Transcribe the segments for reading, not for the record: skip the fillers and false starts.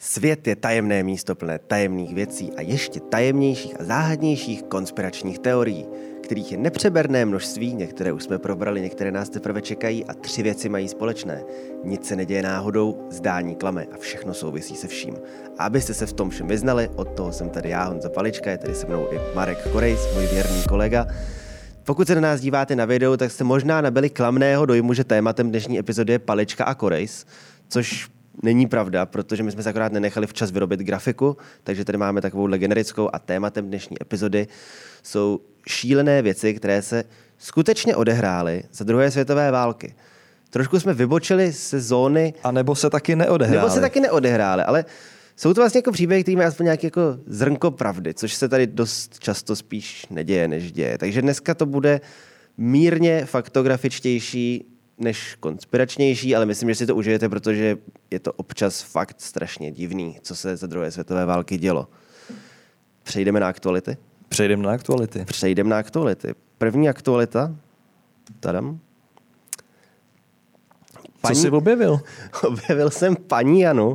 Svět je tajemné místo plné tajemných věcí a ještě tajemnějších a záhadnějších konspiračních teorií, kterých je nepřeberné množství, některé už jsme probrali, některé nás teprve čekají a 3 věci mají společné. Nic se neděje náhodou, zdání klame a všechno souvisí se vším. A abyste se v tom všem vyznali, od toho jsem tady já, Honza Palička, je tady se mnou i Marek Korejs, můj věrný kolega. Pokud se na nás díváte na video, tak jste možná nabili klamného dojmu, že tématem dnešní epizody je Palička a Korejs, což není pravda, protože my jsme se akorát nenechali včas vyrobit grafiku, takže tady máme takovou generickou a tématem dnešní epizody jsou šílené věci, které se skutečně odehrály za druhé světové války. Trošku jsme vybočili ze zóny... A nebo se taky neodehrály. Ale jsou to vlastně jako příběhy, který mají aspoň nějaký jako zrnko pravdy, což se tady dost často spíš neděje, než děje. Takže dneska to bude mírně faktografičtější než konspiračnější, ale myslím, že si to užijete, protože je to občas fakt strašně divný, co se za druhé světové války dělo. Přejdeme na aktuality? Přejdeme na aktuality. První aktualita. Tadam. Co jsi objevil? Objevil jsem paní Janu,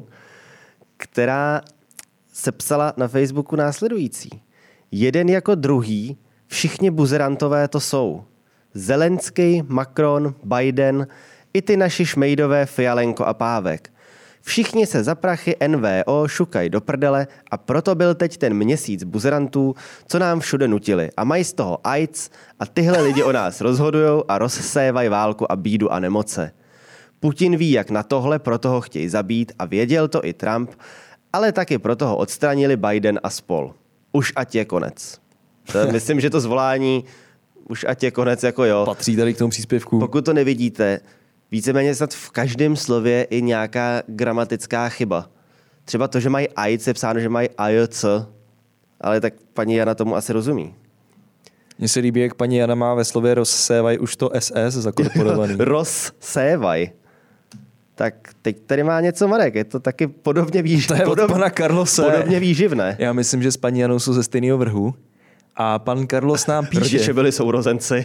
která sepsala na Facebooku následující. Jeden jako druhý, všichni buzerantové to jsou. Zelenský, Macron, Biden, i ty naši šmejdové Fialenko a Pávek. Všichni se za prachy NVO šukají do prdele a proto byl teď ten měsíc buzerantů, co nám všude nutili a mají z toho AIDS a tyhle lidi o nás rozhodujou a rozsévají válku a bídu a nemoce. Putin ví, jak na tohle, proto ho chtějí zabít a věděl to i Trump, ale taky proto ho odstranili Biden a spol. Už ať je konec. Myslím, že to zvolání už ať je konec, jako jo. Patří tady k tomu příspěvku. Pokud to nevidíte, víceméně snad v každém slově i nějaká gramatická chyba. Třeba to, že mají AIDS, je psáno, že mají AJC, ale tak paní Jana tomu asi rozumí. Mně se líbí, jak paní Jana má ve slově rozsévaj už to SS zakorporovaný. Rozsévaj. Tak teď tady má něco Marek, je to taky podobně výživné. To je od pana Carlose. Podobně výživné. Já myslím, že s paní Janou jsou ze stejného vrhu. A pan Carlos nám píše... Rodiče byli sourozenci.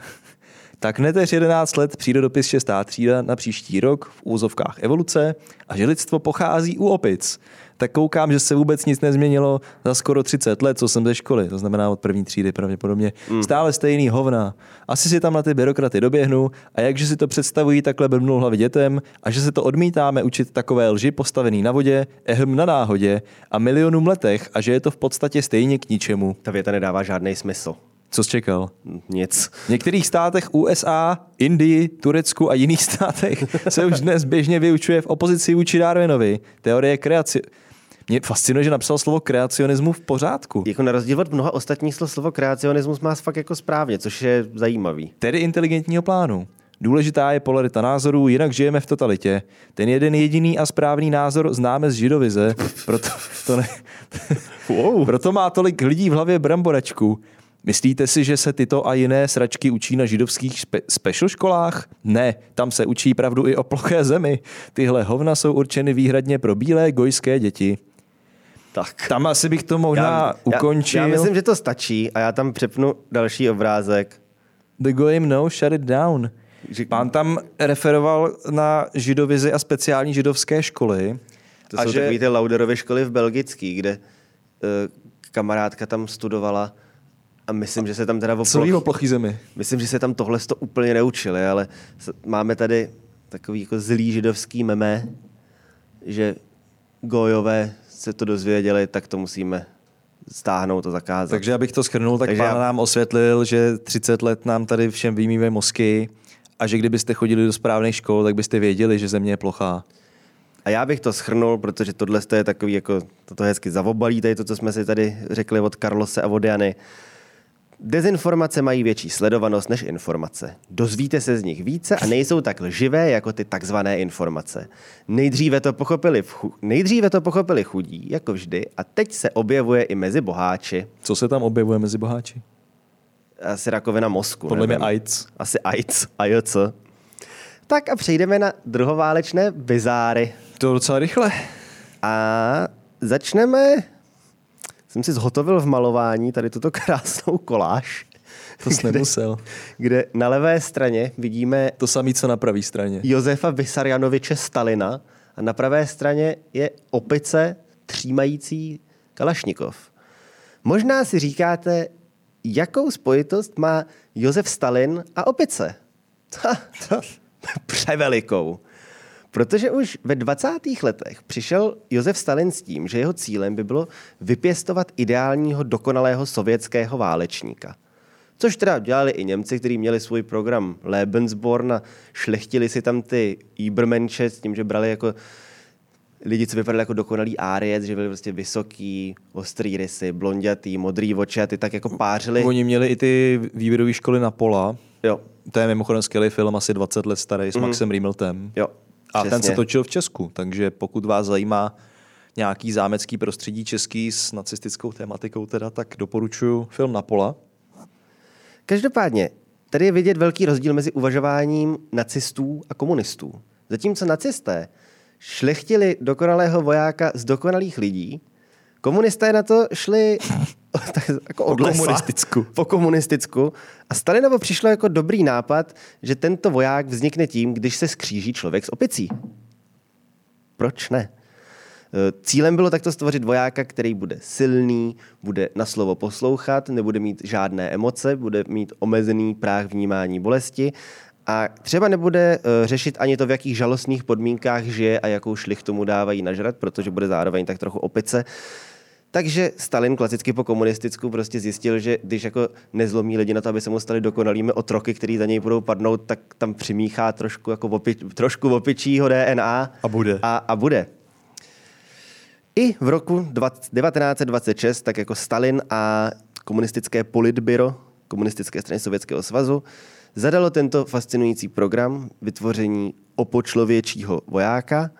Tak neteř 11 let přijde dopis 6. třída na příští rok v úzovkách evoluce a že lidstvo pochází u opic. Tak koukám, že se vůbec nic nezměnilo za skoro 30 let, co jsem ze školy. To znamená od první třídy pravděpodobně. Stále stejný hovna. Asi si tam na ty byrokraty doběhnu a jakže si to představují takhle blbnou hlavy dětem a že se to odmítáme učit takové lži postavený na vodě, na náhodě a milionům letech a že je to v podstatě stejně k ničemu. Ta věta nedává žádný smysl. Co jsi čekal? Nic. V některých státech USA, Indii, Turecku a jiných státech se už dnes běžně vyučuje v opozici vůči Darwinovi. Teorie kreace. Mě fascinuje, že napsal slovo kreacionismu v pořádku. Jako na rozdíl od mnoha ostatních slov, slovo kreacionismus má fakt jako správně, což je zajímavý. Tedy inteligentního plánu. Důležitá je polarita názorů, jinak žijeme v totalitě. Ten jeden jediný a správný názor známe z židovize, proto má tolik lidí v hlavě bramboračku. Myslíte si, že se tyto a jiné sračky učí na židovských special školách? Ne, tam se učí pravdu i o ploché zemi. Tyhle hovna jsou určeny výhradně pro bílé gojské děti. Tak. Tam asi bych to možná ukončil. Já myslím, že to stačí a já tam přepnu další obrázek. The goyim no, shut it down. Pán tam referoval na židovizi a speciální židovské školy. To jsou takový ty Lauderovy školy v Belgický, kde kamarádka tam studovala a myslím, že se tam teda o plochý zemi. Myslím, že se tam tohle to úplně neučili, ale máme tady takový jako zlý židovský meme, že gojové se to dozvěděli, tak to musíme stáhnout a zakázat. Takže abych to shrnul, tak pán nám osvětlil, že 30 let nám tady všem vymývají mozky a že kdybyste chodili do správných škol, tak byste věděli, že země je plochá. A já bych to shrnul, protože tohle je takový, jako toto hezky zavobalí, tady to, co jsme si tady řekli od Carlose a od Jany. Dezinformace mají větší sledovanost než informace. Dozvíte se z nich více a nejsou tak lživé jako ty takzvané informace. Nejdříve to pochopili chudí, jako vždy, a teď se objevuje i mezi boháči. Co se tam objevuje mezi boháči? Asi rakovina mozku. Podle mě AIDS. Asi AIDS, AJC. Tak a přejdeme na druhoválečné bizáry. To docela rychle. A začneme... Jsem si zhotovil v malování tady tuto krásnou koláž. To jsi nemusel. Kde na levé straně vidíme... To samé, co na pravé straně. Josefa Vissarionoviče Stalina a na pravé straně je opice třímající kalašnikov. Možná si říkáte, jakou spojitost má Josef Stalin a opice? Převelikou. Protože už ve 20. letech přišel Josef Stalin s tím, že jeho cílem by bylo vypěstovat ideálního dokonalého sovětského válečníka. Což teda dělali i Němci, kteří měli svůj program Lebensborn a šlechtili si tam ty Übermenše s tím, že brali jako lidi, co vypadali jako dokonalý áriec, že byli prostě vysoký, ostrý rysy, blondětý, modrý oči a ty tak jako pářili. Oni měli i ty výběrové školy na Pola. Jo. To je mimochodem skvělý film, asi 20 let starý, s Maxem Riemeltem. Jo. A Přesně. ten se točil v Česku, takže pokud vás zajímá nějaký zámecký prostředí český s nacistickou tématikou, teda, tak doporučuji film Napola. Každopádně, tady je vidět velký rozdíl mezi uvažováním nacistů a komunistů. Zatímco nacisté šlechtili dokonalého vojáka z dokonalých lidí, komunisté na to šli jako od lesa, po komunisticku. A Stalinovo přišlo jako dobrý nápad, že tento voják vznikne tím, když se skříží člověk s opicí. Proč ne? Cílem bylo takto stvořit vojáka, který bude silný, bude na slovo poslouchat, nebude mít žádné emoce, bude mít omezený práh vnímání bolesti a třeba nebude řešit ani to, v jakých žalostných podmínkách žije a jakou šlichtu mu dávají nažrat, protože bude zároveň tak trochu opice. Takže Stalin klasicky po komunisticku prostě zjistil, že když jako nezlomí lidi na to, aby se mu stali dokonalými otroky, který za něj budou padnout, tak tam přimíchá trošku jako trošku opičího DNA. A bude. I v roku 1926 tak jako Stalin a komunistické politbyro komunistické strany Sovětského svazu zadalo tento fascinující program vytvoření opočlověčího vojáka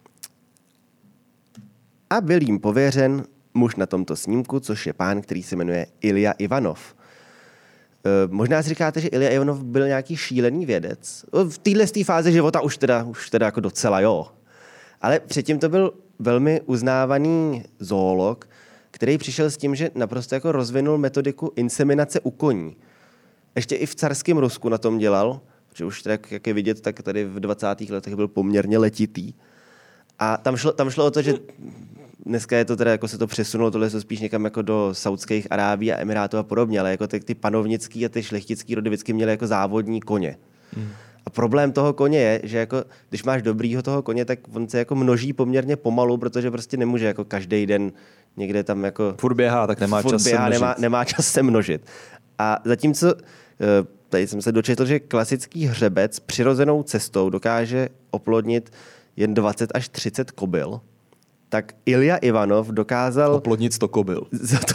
a byl jim pověřen muž na tomto snímku, což je pán, který se jmenuje Ilja Ivanov. Možná si říkáte, že Ilja Ivanov byl nějaký šílený vědec. V této fázi života už teda jako docela jo. Ale předtím to byl velmi uznávaný zoolog, který přišel s tím, že naprosto jako rozvinul metodiku inseminace u koní. Ještě i v carském Rusku na tom dělal, protože už teda, jak je vidět, tak tady v 20. letech byl poměrně letitý. A tam šlo o to, že dneska je to teda, jako se to přesunulo, tohle se spíš někam jako do Saudských Arábií a Emirátů a podobně, ale jako ty panovnický a ty šlechtický rody vždycky měly jako závodní koně. A problém toho koně je, že jako, když máš dobrýho toho koně, tak on se jako množí poměrně pomalu, protože prostě nemůže jako každý den někde tam jako... Furt běhá, tak nemá čas se množit. Nemá čas se množit. A zatímco, tady jsem se dočetl, že klasický hřebec přirozenou cestou dokáže oplodnit jen 20 až 30 kobyl, tak Ilja Ivanov dokázal... Oplodnit 100 kobyl.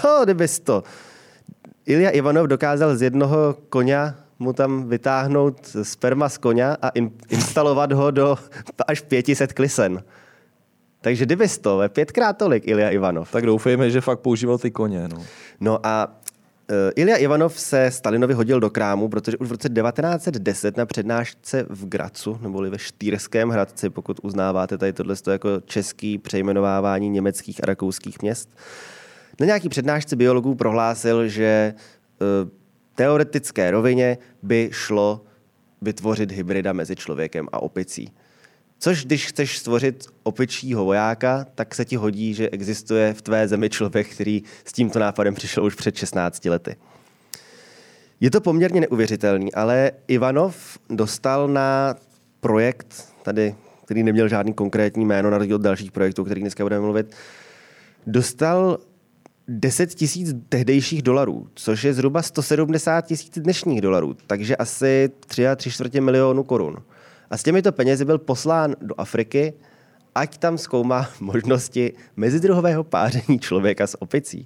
Ilja Ivanov dokázal z jednoho koně mu tam vytáhnout sperma z koně a instalovat ho do až 500 klisen. Takže kdyby 5krát tolik Ilja Ivanov. Tak doufejme, že fakt používal ty koně. No a Ilja Ivanov se Stalinovi hodil do krámu, protože už v roce 1910 na přednášce v Gracu, neboli ve Štýrském Hradci, pokud uznáváte tady tohle jako český přejmenovávání německých a rakouských měst, na nějaký přednášce biologů prohlásil, že teoretické rovině by šlo vytvořit hybrida mezi člověkem a opicí. Což když chceš stvořit opičího vojáka, tak se ti hodí, že existuje v tvé zemi člověk, který s tímto nápadem přišel už před 16 lety. Je to poměrně neuvěřitelný, ale Ivanov dostal na projekt, tady, který neměl žádný konkrétní jméno, na rozdíl od dalších projektů, o kterých dneska budeme mluvit, dostal 10 000 tehdejších dolarů, což je zhruba 170 000 dnešních dolarů, takže asi 3,75 milionu korun. A s těmito penězi byl poslán do Afriky, ať tam zkoumá možnosti mezidruhového páření člověka s opicí.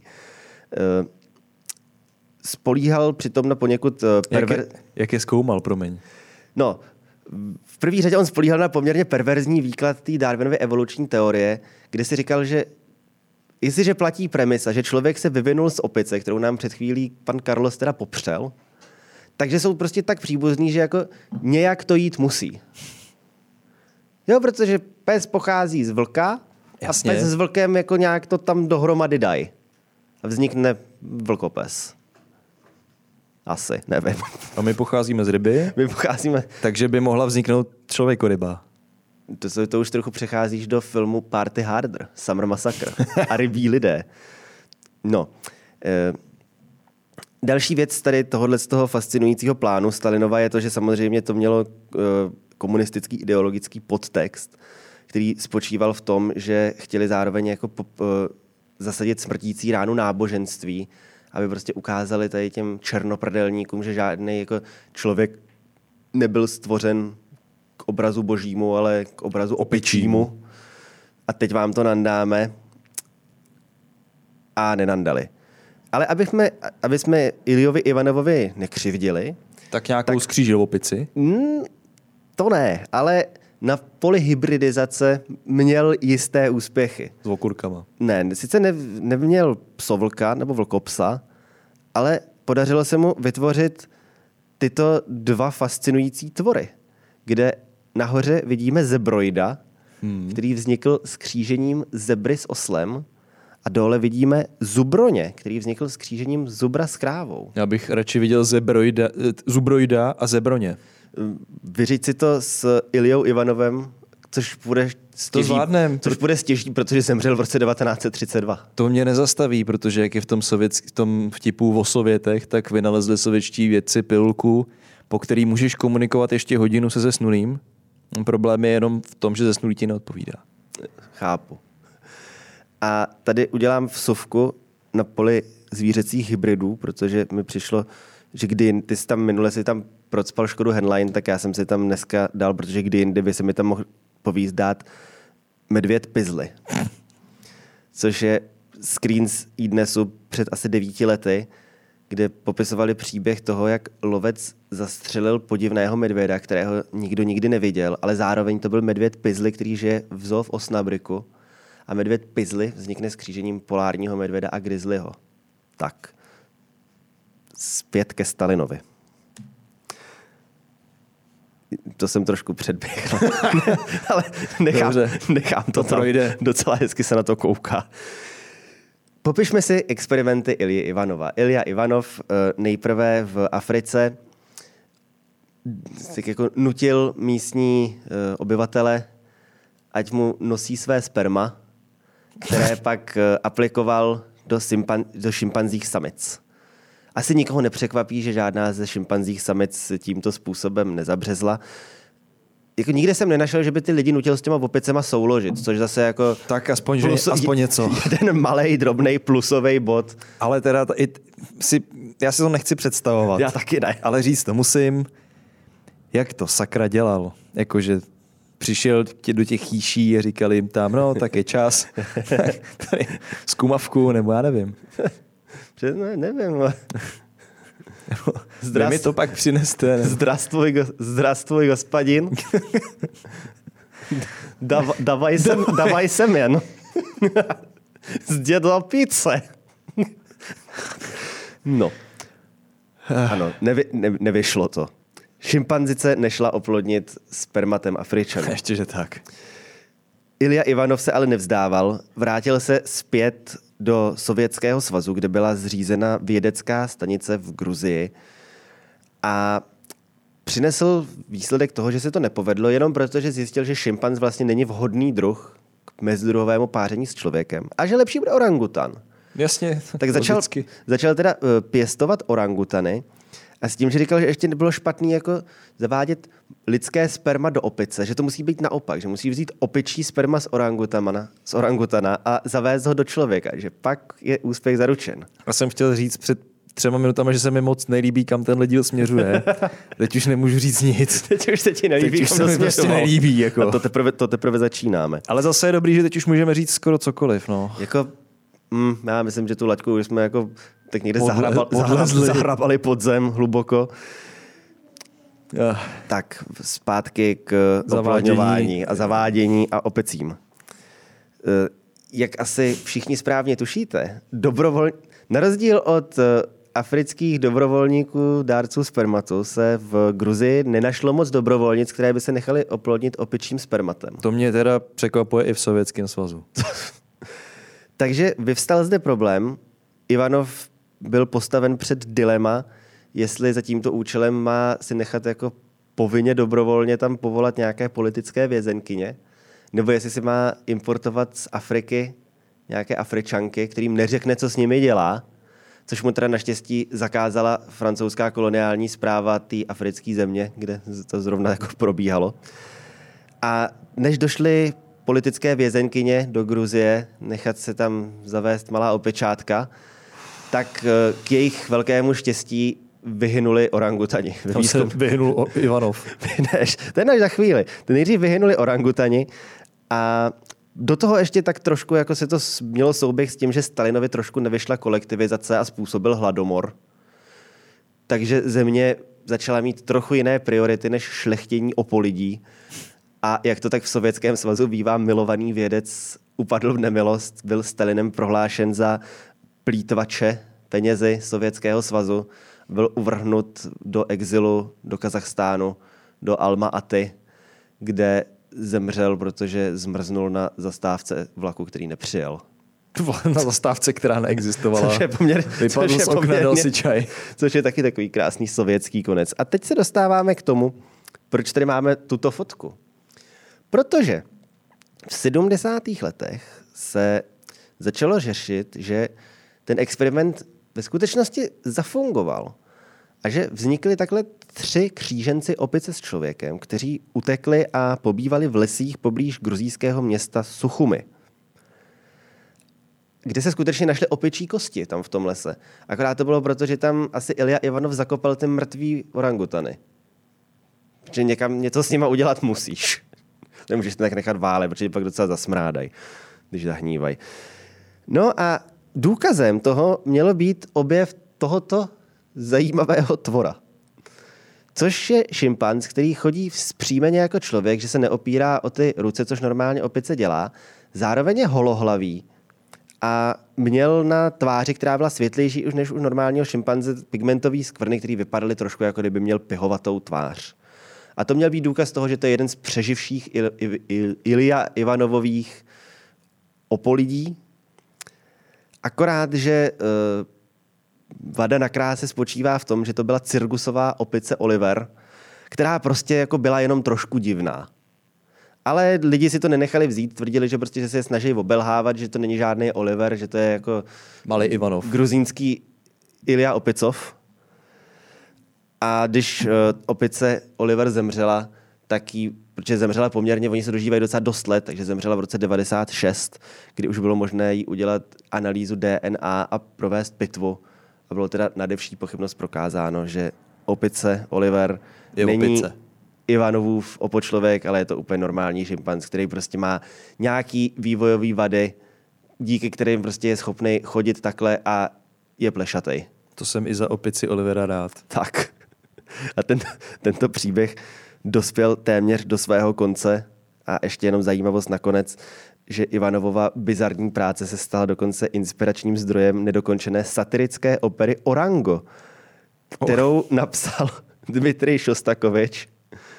Spolíhal přitom na poněkud... Jak je zkoumal, promiň? No, v první řadě on spolíhal na poměrně perverzní výklad té Darwinovy evoluční teorie, kde si říkal, že jestliže platí premisa, že člověk se vyvinul z opice, kterou nám před chvílí pan Carlos teda popřel, takže jsou prostě tak příbuzní, že jako nějak to jít musí. Jo, protože pes pochází z vlka. Jasně. A pes s vlkem jako nějak to tam dohromady dají. A vznikne vlkopes. Asi, nevím. A my pocházíme z ryby? My pocházíme... Takže by mohla vzniknout člověkoryba. To už trochu přecházíš do filmu Party Harder, Summer Massacre a Rybí lidé. No. Další věc tady tohohle z toho fascinujícího plánu Stalinova je to, že samozřejmě to mělo komunistický ideologický podtext, který spočíval v tom, že chtěli zároveň jako zasadit smrtící ránu náboženství, aby prostě ukázali tady těm černoprdelníkům, že žádný jako člověk nebyl stvořen k obrazu božímu, ale k obrazu opičímu. A teď vám to nandáme. A nenandali. Ale aby jsme Iljovi Ivanovovi nekřivdili. Tak nějakou skřížil opici? To ne, ale na poli hybridizace měl jisté úspěchy. S okurkama. Ne, sice neměl psovlka nebo vlkopsa, ale podařilo se mu vytvořit tyto dva fascinující tvory, kde nahoře vidíme zebroida, který vznikl skřížením zebry s oslem, a dole vidíme zubroně, který vznikl skřížením zubra s krávou. Já bych radši viděl zubroida a zebroně. Vyřiď si to s Iljou Ivanovem, což bude stěží, protože zemřel v roce 1932. To mě nezastaví, protože jak je v tom vtipu o Sovětech, tak vynalezli sovětští vědci pilulku, po který můžeš komunikovat ještě hodinu se zesnulým. Problém je jenom v tom, že zesnulý ti neodpovídá. Chápu. A tady udělám vsuvku na poli zvířecích hybridů, protože mi přišlo, že ty jsi tam minule si tam procpal Škodu Henline, tak já jsem si tam dneska dal, protože kdy jindy by se mi tam mohl povíst dát medvěd Pizly. Což je screen z iDnesu před asi 9 lety, kde popisovali příběh toho, jak lovec zastřelil podivného medvěda, kterého nikdo nikdy neviděl, ale zároveň to byl medvěd Pizly, který žije v zoo v Osnabriku. A medvěd Pizly vznikne skřížením polárního medvěda a grizzlyho. Tak. Zpět ke Stalinovi. To jsem trošku předběhl. Ale nechám to tam. Projde. Docela hezky se na to kouká. Popišme si experimenty Ilji Ivanova. Ilja Ivanov nejprve v Africe tak jako nutil místní obyvatele, ať mu nosí své sperma, které pak aplikoval do šimpanzích samic. Asi nikoho nepřekvapí, že žádná ze šimpanzích samic tímto způsobem nezabřezla. Jako nikde jsem nenašel, že by ty lidi nutil s těma opicema souložit, což zase jako... Tak aspoň něco. Jeden malej, drobnej plusový bod. Ale teda já si to nechci představovat. Já taky ne. Ale říct to musím, jak to sakra dělal. Jakože přišel do těch chýší a říkali jim tam, no, tak je čas. Tady zkumavku, nebo já nevím. Nevím. Vy mi to pak přineste. Zdravstvuj, gospodin. Davaj sem jen. Zdědla píce. No. Ano, nevyšlo to. Šimpanzice nešla oplodnit spermatem Afričanů. Ještě, že tak. Ilja Ivanov se ale nevzdával. Vrátil se zpět do Sovětského svazu, kde byla zřízena vědecká stanice v Gruzii a přinesl výsledek toho, že se to nepovedlo, jenom protože zjistil, že šimpanz vlastně není vhodný druh k mezidruhovému páření s člověkem a že lepší bude orangutan. Jasně. Tak začal teda pěstovat orangutany a s tím, že říkal, že ještě nebylo špatný jako zavádět lidské sperma do opice, že to musí být naopak, že musí vzít opičí sperma z orangutana a zavést ho do člověka, že pak je úspěch zaručen. Já jsem chtěl říct před 3 minutami, že se mi moc nelíbí, kam tenhle díl směřuje. Teď už nemůžu říct nic. Teď už se ti nelíbí, teď už se mi prostě nelíbí. Jako. A to teprve začínáme. Ale zase je dobrý, že teď už můžeme říct skoro cokoliv. No. Jako, já myslím, že tu laťku už jsme jako tak někde zahrabali pod zem hluboko. Tak zpátky k oplodňování a zavádění a opicím. Jak asi všichni správně tušíte, na rozdíl od afrických dobrovolníků dárců spermatu se v Gruzii nenašlo moc dobrovolnic, které by se nechaly oplodnit opičím spermatem. To mě teda překvapuje i v Sovětském svazu. Takže vyvstal zde problém. Ivanov byl postaven před dilema, jestli za tímto účelem má si nechat jako povinně dobrovolně tam povolat nějaké politické vězenkyně, nebo jestli si má importovat z Afriky nějaké Afričanky, kterým neřekne, co s nimi dělá, což mu teda naštěstí zakázala francouzská koloniální správa té africké země, kde to zrovna jako probíhalo. A než došly politické vězenkyně do Gruzie, nechat se tam zavést malá opečátka, tak k jejich velkému štěstí vyhynuli orangutani. Tam se vyhynul Ivanov. To je až za chvíli. Nejdřív vyhynuli orangutani a do toho ještě tak trošku jako se to mělo souběh s tím, že Stalinovi trošku nevyšla kolektivizace a způsobil hladomor. Takže země začala mít trochu jiné priority než šlechtění opolidí. A jak to tak v Sovětském svazu bývá, milovaný vědec upadl v nemilost, byl Stalinem prohlášen za plýtvače penězi Sovětského svazu, byl uvrhnut do exilu do Kazachstánu, do Alma-Aty, kde zemřel, protože zmrznul na zastávce vlaku, který nepřijel. Na zastávce, která neexistovala. Vypadl z okna, dal si čaj. Což je taky takový krásný sovětský konec. A teď se dostáváme k tomu, proč tady máme tuto fotku. Protože v 70. letech se začalo řešit, že ten experiment ve skutečnosti zafungoval a že vznikly takhle 3 kříženci opice s člověkem, kteří utekli a pobývali v lesích poblíž gruzijského města Suchumi, kde se skutečně našly opičí kosti tam v tom lese. Akorát to bylo proto, že tam asi Ilja Ivanov zakopal ty mrtvý orangutany. Protože někam něco s nima udělat musíš. Nemůžeš to tak nechat válet, protože pak docela zasmrádají, když zahnívají. No a důkazem toho mělo být objev tohoto zajímavého tvora. Což je šimpanz, který chodí vzpřímeně jako člověk, že se neopírá o ty ruce, což normálně opice dělá. Zároveň je holohlavý a měl na tváři, která byla světlejší už než u normálního šimpanze, pigmentový skvrny, který vypadaly trošku jako kdyby měl pihovatou tvář. A to měl být důkaz toho, že to je jeden z přeživších Ilja Ivanovových opolidí. Akorát, že vada na kráse spočívá v tom, že to byla cirkusová opice Oliver, která prostě jako byla jenom trošku divná. Ale lidi si to nenechali vzít, tvrdili, že prostě že se je snaží obelhávat, že to není žádný Oliver, že to je jako malý Ivanov. Gruzínský Ilja Opicov. A když opice Oliver zemřela, tak protože zemřela poměrně, oni se dožívají docela dost let, takže zemřela v roce 96, kdy už bylo možné jí udělat analýzu DNA a provést pitvu. A bylo teda nadevší pochybnost prokázáno, že opice Oliver není Ivanovův opočlověk, ale je to úplně normální šimpanz, který prostě má nějaký vývojový vady, díky kterým prostě je schopný chodit takhle a je plešatej. To jsem i za opici Olivera rád. Tak. A tento příběh dospěl téměř do svého konce a ještě jenom zajímavost nakonec, že Ivanovova bizarní práce se stala dokonce inspiračním zdrojem nedokončené satirické opery Orango, kterou napsal Dmitrij Šostakovič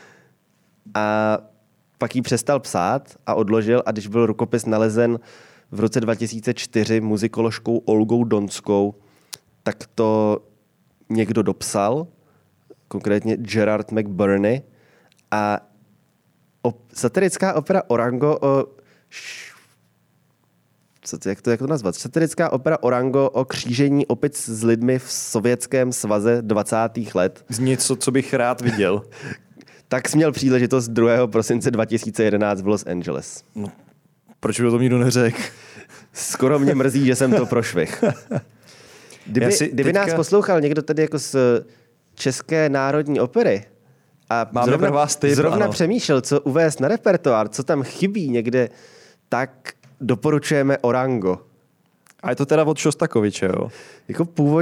a pak ji přestal psát a odložil a když byl rukopis nalezen v roce 2004 muzikoložkou Olgou Donskou, tak to někdo dopsal, konkrétně Gerard McBurney a satirická opera Orango jak to nazvat? Satirická opera Orango o křížení opic s lidmi v Sovětském svaze 20. let. Z něco, co bych rád viděl. Tak jsi měl příležitost 2. prosince 2011 v Los Angeles. No, proč by to nikdo neřekl? Skoro mě mrzí, že jsem to prošvih. Kdyby nás poslouchal někdo tady jako z České národní opery a zrovna přemýšlel, co uvést na repertoár, co tam chybí někde, tak doporučujeme Orango. A je to teda od Šostakoviče, jo? Jako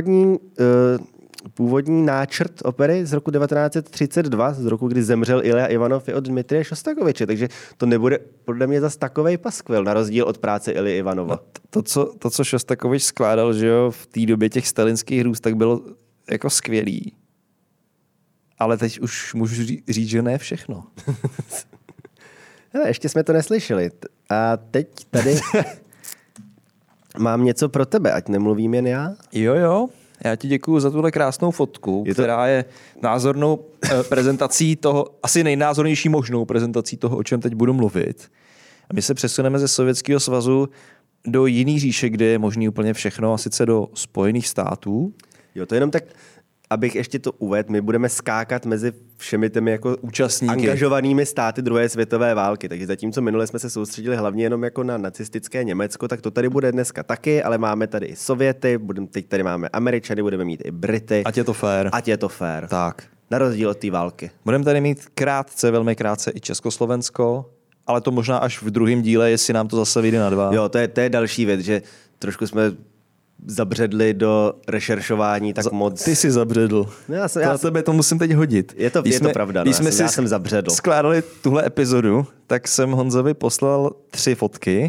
původní náčrt opery z roku 1932, z roku, kdy zemřel Ilja Ivanov, je od Dmitrije Šostakoviče, takže to nebude podle mě zas takovej paskvil, na rozdíl od práce Ilji Ivanova. No, to, co Šostakovič skládal, že jo, v té době těch stalinských hrůz, tak bylo jako skvělý. Ale teď už můžu říct, že ne všechno. Hele, ještě jsme to neslyšeli. A teď tady mám něco pro tebe, ať nemluvím jen já. Jo. Já ti děkuju za tuhle krásnou fotku, která je názornou prezentací toho, asi nejnázornější možnou prezentací toho, o čem teď budu mluvit. A my se přesuneme ze Sovětského svazu do jiný říše, kde je možný úplně všechno, a sice do Spojených států. Jo, to jenom tak, abych ještě to uvedl, my budeme skákat mezi všemi těmi jako účastníky, angažovanými státy druhé světové války. Takže zatímco minule jsme se soustředili hlavně jenom jako na nacistické Německo, tak to tady bude dneska taky, ale máme tady i Sověty, teď tady máme Američany, budeme mít i Brity. Ať je to fér. Ať je to fér. Tak. Na rozdíl od té války. Budeme tady mít velmi krátce i Československo, ale to možná až v druhém díle, jestli nám to zase vyjde na 2. Jo, to je další věc, že trošku jsme zabředli do rešeršování tak moc. Ty jsi zabředl. Na tebe to musím teď hodit. Je to pravda, já jsem zabředl. Skládali tuhle epizodu, tak jsem Honzovi poslal 3 fotky.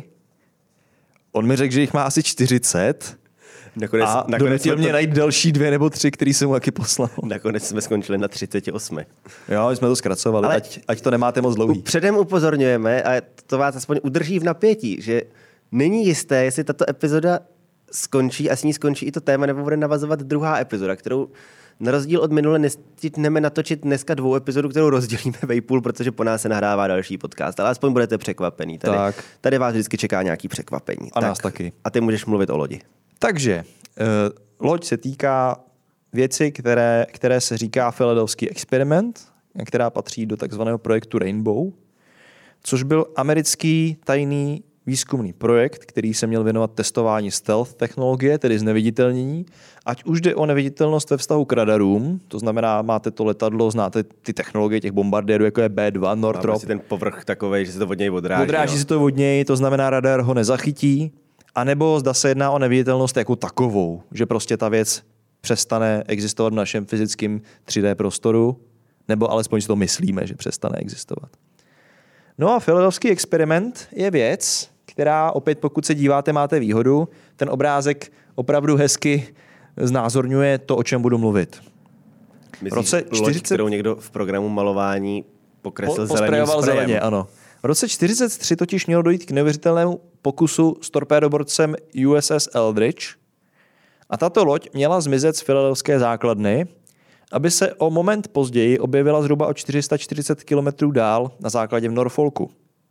On mi řekl, že jich má asi 40. Nakonec mě najít další 2 nebo 3, který jsem mu taky poslal. Nakonec jsme skončili na 38. Jo, jsme to zkracovali, ale ať to nemáte moc dlouhý. Předem upozorňujeme, a to vás aspoň udrží v napětí, že není jisté, jestli tato epizoda skončí a s ní skončí i to téma, nebo bude navazovat druhá epizoda, kterou na rozdíl od minule nestihneme natočit dneska 2 epizodu, kterou rozdělíme vejpůl, protože po nás se nahrává další podcast, ale aspoň budete překvapení. Tady vás vždycky čeká nějaký překvapení. A nás taky. A ty můžeš mluvit o lodi. Takže loď se týká věci, které se říká Philadelphský experiment, která patří do takzvaného projektu Rainbow, což byl americký tajný výzkumný projekt, který se měl věnovat testování stealth technologie, tedy zneviditelnění, ať už jde o neviditelnost ve vztahu k radarům, to znamená, máte to letadlo, znáte ty technologie těch bombardérů, jako je B-2, Northrop. Máme si ten povrch takovej, že se to od něj odráží. Odráží se to od něj, to znamená, radar ho nezachytí, anebo zda se jedná o neviditelnost jako takovou, že prostě ta věc přestane existovat v našem fyzickém 3D prostoru, nebo alespoň si to myslíme, že přestane existovat. No a Philadelphský experiment je věc, která opět, pokud se díváte, máte výhodu. Ten obrázek opravdu hezky znázorňuje to, o čem budu mluvit. Myslíš loď, kterou někdo v programu malování pokreslil zeleným zeleně, ano. V roce 1943 totiž mělo dojít k neuvěřitelnému pokusu s torpédoborcem USS Eldridge a tato loď měla zmizet z Philadelphské základny, aby se o moment později objevila zhruba o 440 km dál na základě v Norfolku.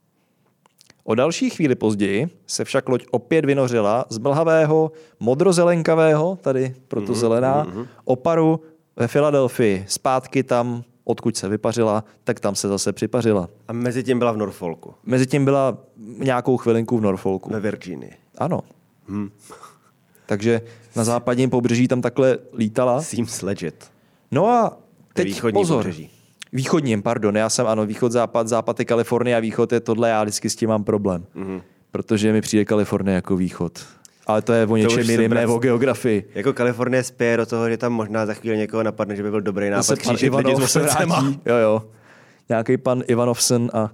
O další chvíli později se však loď opět vynořila z mlhavého, modrozelenkavého, tady proto zelená, oparu ve Filadelfii. Zpátky tam, odkud se vypařila, tak tam se zase připařila. A mezi tím byla v Norfolku? Mezi tím byla nějakou chvilinku v Norfolku. Ve Virginii? Ano. Takže na západním pobřeží tam takhle lítala. Seems legit. No a teď pozor. Pobřeží. Východním, pardon, já jsem ano, východ, západ je Kalifornie a východ je tohle, já vždycky s tím mám problém. Protože mi přijde Kalifornie jako východ. Ale to je o něčem jiným, ne o geografii. Jako Kalifornie spěje do toho, že tam možná za chvíli někoho napadne, že by byl dobrý nápad křížit lidi s moslecema. Jo. Nějaký pan Ivanovsen a...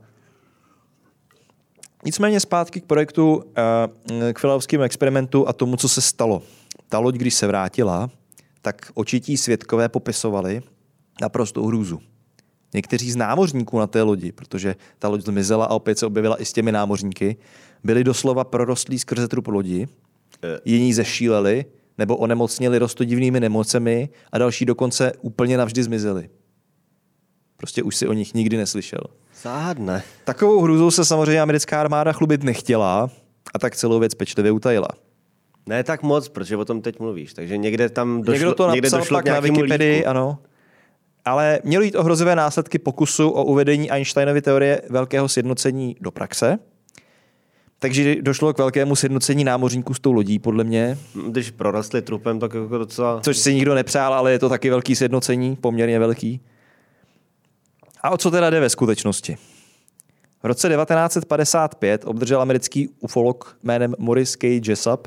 Nicméně zpátky k projektu, k Philadelphskému experimentu a tomu, co se stalo. Ta loď, když se vrátila, tak očití svědkové popisovali naprostou hrůzu. Někteří z námořníků na té lodi, protože ta loď zmizela a opět se objevila i s těmi námořníky, byli doslova prorostlí skrze trup lodi, jiní zešíleli nebo onemocněli roztodivnými nemocemi a další dokonce úplně navždy zmizeli. Prostě už si o nich nikdy neslyšel. Záhadné. Takovou hrůzou se samozřejmě americká armáda chlubit nechtěla a tak celou věc pečlivě utajila. Ne tak moc, protože o tom teď mluvíš. Takže někde tam došlo, někdo to napsal pak na Wikipedii, líku. Ano. Ale mělo jít o hrozivé následky pokusu o uvedení Einsteinovy teorie velkého sjednocení do praxe. Takže došlo k velkému sjednocení námořníků s tou lodí, podle mě. Když prorostli trupem, tak jako docela... Což si nikdo nepřál, ale je to taky velký sjednocení, poměrně velký. A o co teda jde ve skutečnosti? V roce 1955 obdržel americký ufolog jménem Morris K. Jessup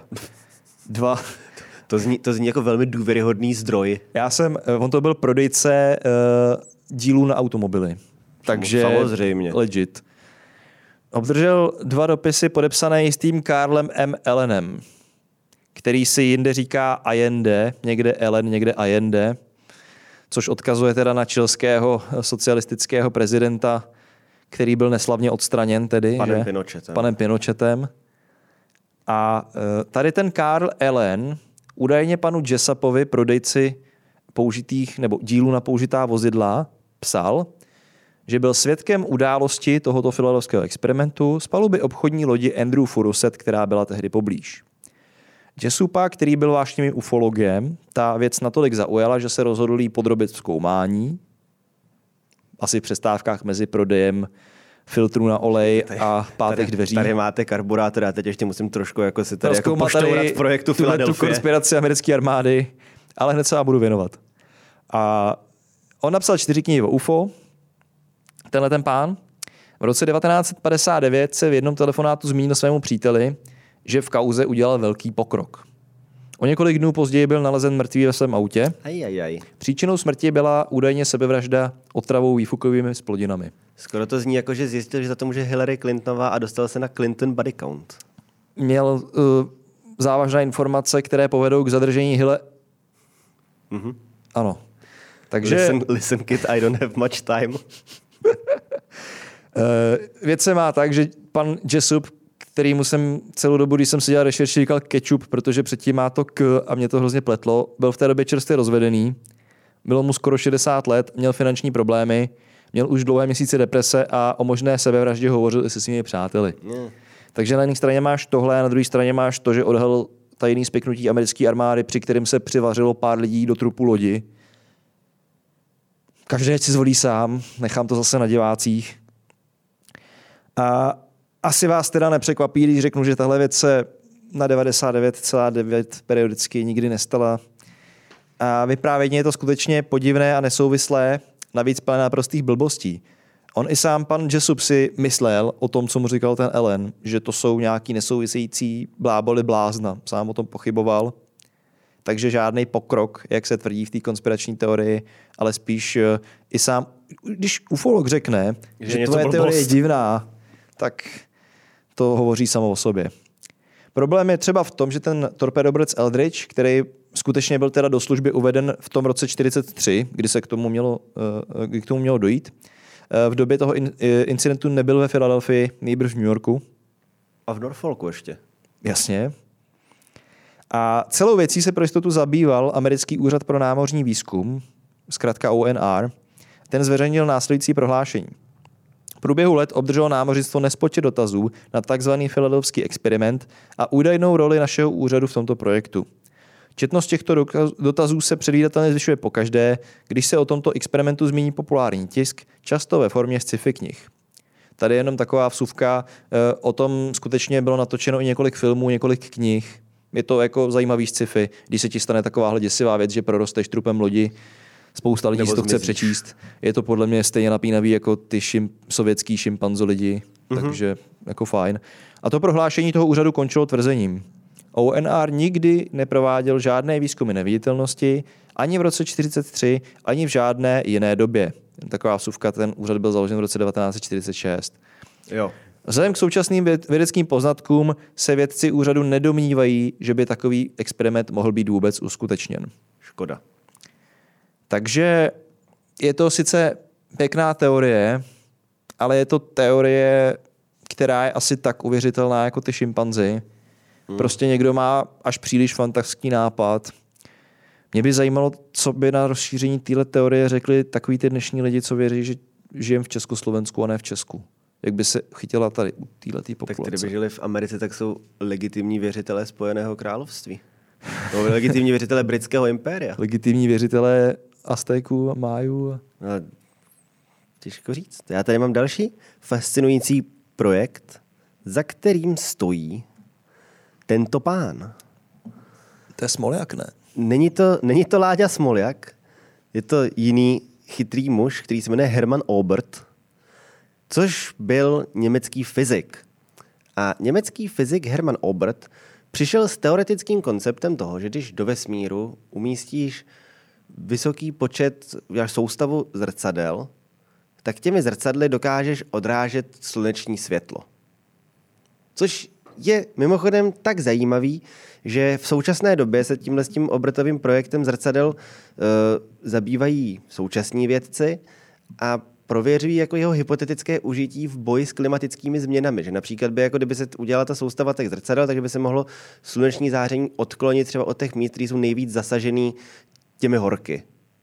To zní jako velmi důvěryhodný zdroj. On to byl prodejce dílů na automobily. Takže samozřejmě. Legit. Obdržel 2 dopisy podepsané jistým Karlem M. Allenem, který si jinde říká Allende, někde Allen, někde Allende, což odkazuje teda na chilského socialistického prezidenta, který byl neslavně odstraněn tedy. Panem Pinochetem. A tady ten Karl Allen údajně panu Jessupovi, prodejci použitých nebo dílů na použitá vozidla, psal, že byl svědkem události tohoto filadelfského experimentu z paluby obchodní lodi Andrew Furuset, která byla tehdy poblíž. Jessupa, který byl vášnivým ufologem, ta věc natolik zaujala, že se rozhodl jí podrobit zkoumání, asi v přestávkách mezi prodejem filtru na olej a pátek dveří. Tady máte karburátor, já teď ještě musím trošku jako si tady jako poštourat projektu Filadelfie. Tu konspiraci americké armády, ale hned se vám budu věnovat. A on napsal 4 knihy o UFO, tenhle ten pán. V roce 1959 se v jednom telefonátu zmínil svému příteli, že v kauze udělal velký pokrok. O několik dnů později byl nalezen mrtvý ve svém autě. Příčinou smrti byla údajně sebevražda otravou výfukovými splodinami. Skoro to zní jako, že zjistil, že za to může Hillary Clintonová a dostal se na Clinton body count. Měl závažné informace, které povedou k zadržení Ano. Takže... Listen kid, I don't have much time. Věc se má tak, že pan Jessup, kterýmu jsem celou dobu, když jsem si dělal rešerši, říkal ketchup, protože předtím má to k a mě to hrozně pletlo. Byl v té době čerstvě rozvedený, bylo mu skoro 60 let, měl finanční problémy, měl už dlouhé měsíce deprese a o možné sebevraždě hovořil i se svými přáteli. Takže na jedné straně máš tohle a na druhé straně máš to, že odhalil tajný spiknutí americké armády, při kterém se přivařilo pár lidí do trupu lodi. Každý si zvolí sám, nechám to zase na divácích. A asi vás teda nepřekvapí, když řeknu, že tahle věc se na 99,9 periodicky nikdy nestala. A vyprávění je to skutečně podivné a nesouvislé, navíc plné prostých blbostí. On i sám pan Jessup si myslel o tom, co mu říkal ten Ellen, že to jsou nějaký nesouvisející bláboli blázna. Sám o tom pochyboval. Takže žádný pokrok, jak se tvrdí v té konspirační teorii, ale spíš i sám, když ufolog řekne, že tvoje teorie je divná, tak to hovoří samo o sobě. Problém je třeba v tom, že ten torpedoborec Eldridge, který skutečně byl teda do služby uveden v tom roce 1943, kdy se k tomu mělo dojít, v době toho incidentu nebyl ve Filadelfii, nejbrž v New Yorku. A v Norfolku ještě. Jasně. A celou věcí se pro jistotu zabýval Americký úřad pro námořní výzkum, zkrátka ONR. Ten zveřejnil následující prohlášení. V průběhu let obdrželo námořnictvo nespočet dotazů na tzv. Filadelfský experiment a údajnou roli našeho úřadu v tomto projektu. Četnost těchto dotazů se předvídatelně zvyšuje pokaždé, když se o tomto experimentu zmíní populární tisk, často ve formě sci-fi knih. Tady je jenom taková vsuvka, o tom skutečně bylo natočeno i několik filmů, několik knih. Je to jako zajímavý sci-fi, když se ti stane takováhle děsivá věc, že prorosteš trupem lodi, spousta lidí si to chce přečíst. Je to podle mě stejně napínavý jako ty sovětský šimpanzo lidi, takže jako fajn. A to prohlášení toho úřadu končilo tvrzením. ONR nikdy neprováděl žádné výzkumy neviditelnosti, ani v roce 1943, ani v žádné jiné době. Taková vsuvka, ten úřad byl založen v roce 1946. Jo. Vzhledem k současným vědeckým poznatkům se vědci úřadu nedomnívají, že by takový experiment mohl být vůbec uskutečněn. Škoda. Takže je to sice pěkná teorie, ale je to teorie, která je asi tak uvěřitelná jako ty šimpanzi. Prostě někdo má až příliš fantastický nápad. Mě by zajímalo, co by na rozšíření téhle teorie řekli takový ty dnešní lidi, co věří, že žijeme v Československu a ne v Česku. Jak by se chytila tady u téhletý populace. Tak kdyby žili v Americe, tak jsou legitimní věřitelé Spojeného království. No, legitimní věřitelé britského impéria. Legitimní věřitelé Aztéků a Májů. No, těžko říct. Já tady mám další fascinující projekt, za kterým stojí tento pán. To je Smoljak, ne? Není to Láďa Smoljak, je to jiný chytrý muž, který se jmenuje Hermann Oberth, což byl německý fyzik. A německý fyzik Hermann Oberth přišel s teoretickým konceptem toho, že když do vesmíru umístíš vysoký počet soustavu zrcadel, tak těmi zrcadly dokážeš odrážet sluneční světlo. Což je mimochodem tak zajímavý, že v současné době se tímhle s tím Oberthovým projektem zrcadel zabývají současní vědci a prověřují jako jeho hypotetické užití v boji s klimatickými změnami. Že například by, jako kdyby se udělala ta soustava těch zrcadel, takže by se mohlo sluneční záření odklonit třeba od těch míst, které jsou nejvíc zasažený těmi horky.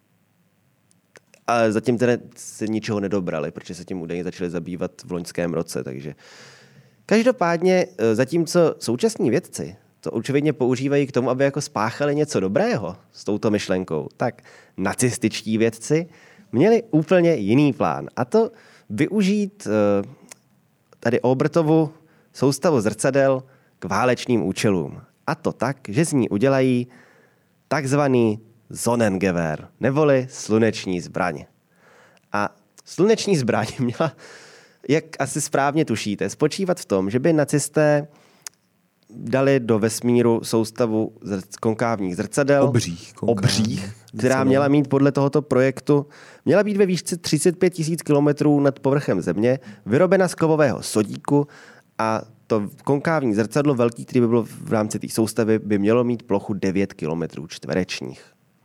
Ale zatím teda se ničeho nedobrali, protože se tím údajně začali zabývat v loňském roce. Takže každopádně, zatímco současní vědci to očividně používají k tomu, aby jako spáchali něco dobrého s touto myšlenkou, tak nacističtí vědci měli úplně jiný plán. A to využít tady Obertovu soustavu zrcadel k válečným účelům. A to tak, že z ní udělají takzvaný Sonnengewehr, neboli sluneční zbraň. A sluneční zbraň měla, jak asi správně tušíte, spočívat v tom, že by nacisté dali do vesmíru soustavu konkávních zrcadel. Obřích, která měla mít podle tohoto projektu, měla být ve výšce 35 000 kilometrů nad povrchem Země, vyrobena z kovového sodíku a to konkávní zrcadlo velký, který by bylo v rámci té soustavy, by mělo mít plochu 9 kilometrů čtverečních.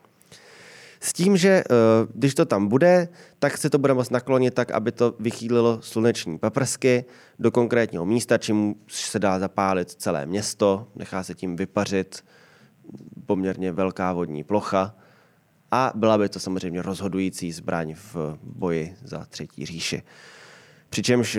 S tím, že když to tam bude, tak se to bude moct naklonit tak, aby to vychýlilo sluneční paprsky do konkrétního místa, čím se dá zapálit celé město, nechá se tím vypařit poměrně velká vodní plocha a byla by to samozřejmě rozhodující zbraň v boji za Třetí říši. Přičemž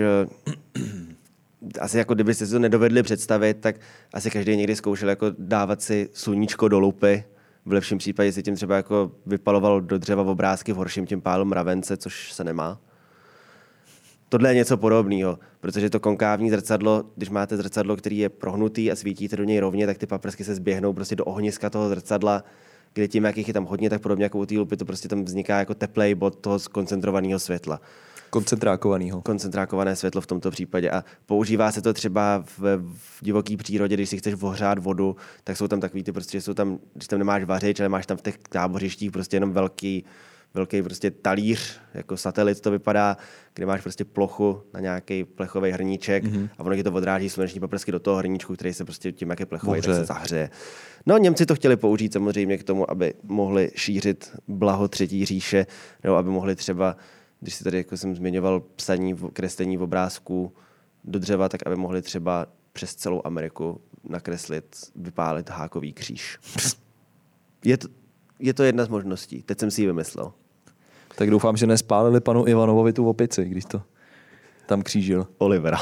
asi jako kdybyste si to nedovedli představit, tak asi každý někdy zkoušel jako dávat si sluníčko do lupy. V lepším případě si tím třeba jako vypaloval do dřeva obrázky, v horším tím pálil mravence, což se nemá. Tohle je něco podobného, protože to konkávní zrcadlo, když máte zrcadlo, který je prohnutý a svítíte do něj rovně, tak ty paprsky se zběhnou prostě do ohniska toho zrcadla, kde tím, jak jich je tam hodně, tak podobně jako u té lupy, to prostě tam vzniká jako teplej bod toho koncentrovaného světla. Koncentrákované světlo v tomto případě. A používá se to třeba v divoké přírodě, když si chceš ohřát vodu, tak jsou tam takový ty prostě, jsou tam, když tam nemáš vařič, ale máš tam v těch tábořištích prostě jenom velký prostě talíř, jako satelit to vypadá, kde máš prostě plochu na nějaký plechový hrníček a ono ti to odráží sluneční paprsky do toho hrníčku, který se prostě tím, jak je plechový, tak se zahřeje. No, Němci to chtěli použít samozřejmě k tomu, aby mohli šířit blaho Třetí říše, nebo aby mohli třeba, když si tady, jako jsem zmiňoval, psaní, kreslení obrázků do dřeva, tak aby mohli třeba přes celou Ameriku nakreslit, vypálit hákový kříž. Je to jedna z možností. Teď jsem si ji vymyslel. Tak doufám, že nespálili panu Ivanovovi tu opici, když to tam křížil. Olivera.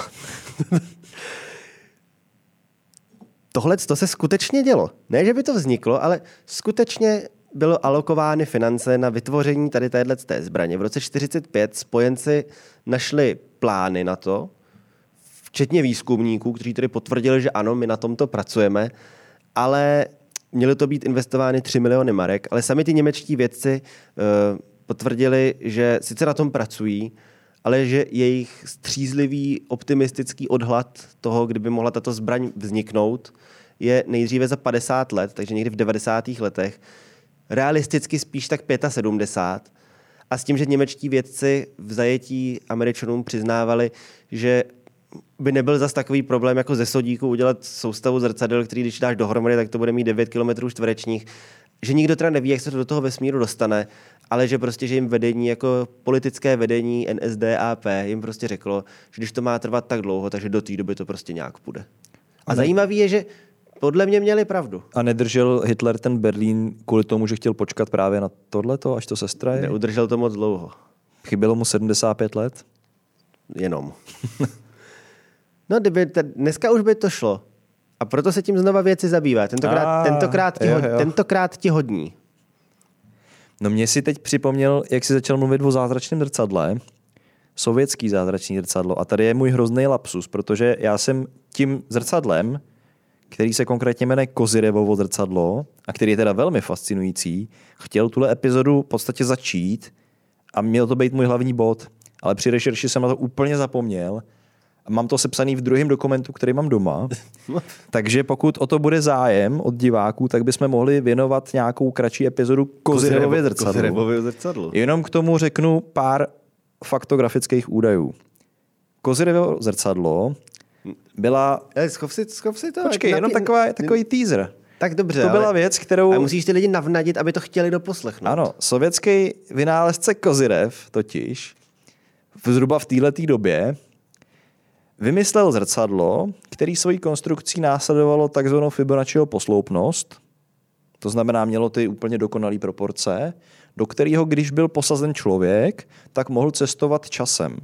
Tohle to se skutečně dělo. Ne, že by to vzniklo, ale skutečně bylo alokovány finance na vytvoření tady téhleté zbraně. V roce 1945 spojenci našli plány na to, včetně výzkumníků, kteří tedy potvrdili, že ano, my na tomto pracujeme, ale měly to být investovány 3 miliony marek, ale sami ty němečtí vědci potvrdili, že sice na tom pracují, ale že jejich střízlivý, optimistický odhad toho, kdyby mohla tato zbraň vzniknout, je nejdříve za 50 let, takže někdy v 90. letech, realisticky spíš tak 75. A s tím, že němečtí vědci v zajetí Američanům přiznávali, že by nebyl zas takový problém jako ze sodíku udělat soustavu zrcadel, který když dáš dohromady, tak to bude mít 9 km čtverečních. Že nikdo teda neví, jak se to do toho vesmíru dostane, ale že prostě, že jim vedení, jako politické vedení NSDAP jim prostě řeklo, že když to má trvat tak dlouho, takže do té doby to prostě nějak půjde. A zajímavý je, že podle mě měli pravdu. A nedržel Hitler ten Berlín kvůli tomu, že chtěl počkat právě na tohleto, až to sestraje? Neudržel to moc dlouho. Chybělo mu 75 let? Jenom. No, dneska už by to šlo. A proto se tím znova věci zabývá. Tentokrát ti hodní. No mě si teď připomněl, jak jsi začal mluvit o zázračném zrcadle. Sovětský zázračný zrcadlo. A tady je můj hrozný lapsus, protože já jsem tím zrcadlem, který se konkrétně jmenuje Kozyrevovo zrcadlo a který je teda velmi fascinující, chtěl tuhle epizodu v podstatě začít a měl to být můj hlavní bod. Ale při rešerši jsem na to úplně zapomněl. Mám to sepsaný v druhém dokumentu, který mám doma. Takže pokud o to bude zájem od diváků, tak bychom mohli věnovat nějakou kratší epizodu Kozyrevově zrcadlu. Jenom k tomu řeknu pár faktografických údajů. Kozyrevovo zrcadlo byla... Schov si to. Počkej, jenom takový teaser. Tak dobře, to byla věc, kterou... A musíš ty lidi navnadit, aby to chtěli doposlechnout. Ano, sovětský vynálezce Kozyrev totiž zhruba v této době vymyslel zrcadlo, který svojí konstrukcí následovalo takzvanou Fibonacciho posloupnost. To znamená, mělo ty úplně dokonalé proporce, do kterého, když byl posazen člověk, tak mohl cestovat časem.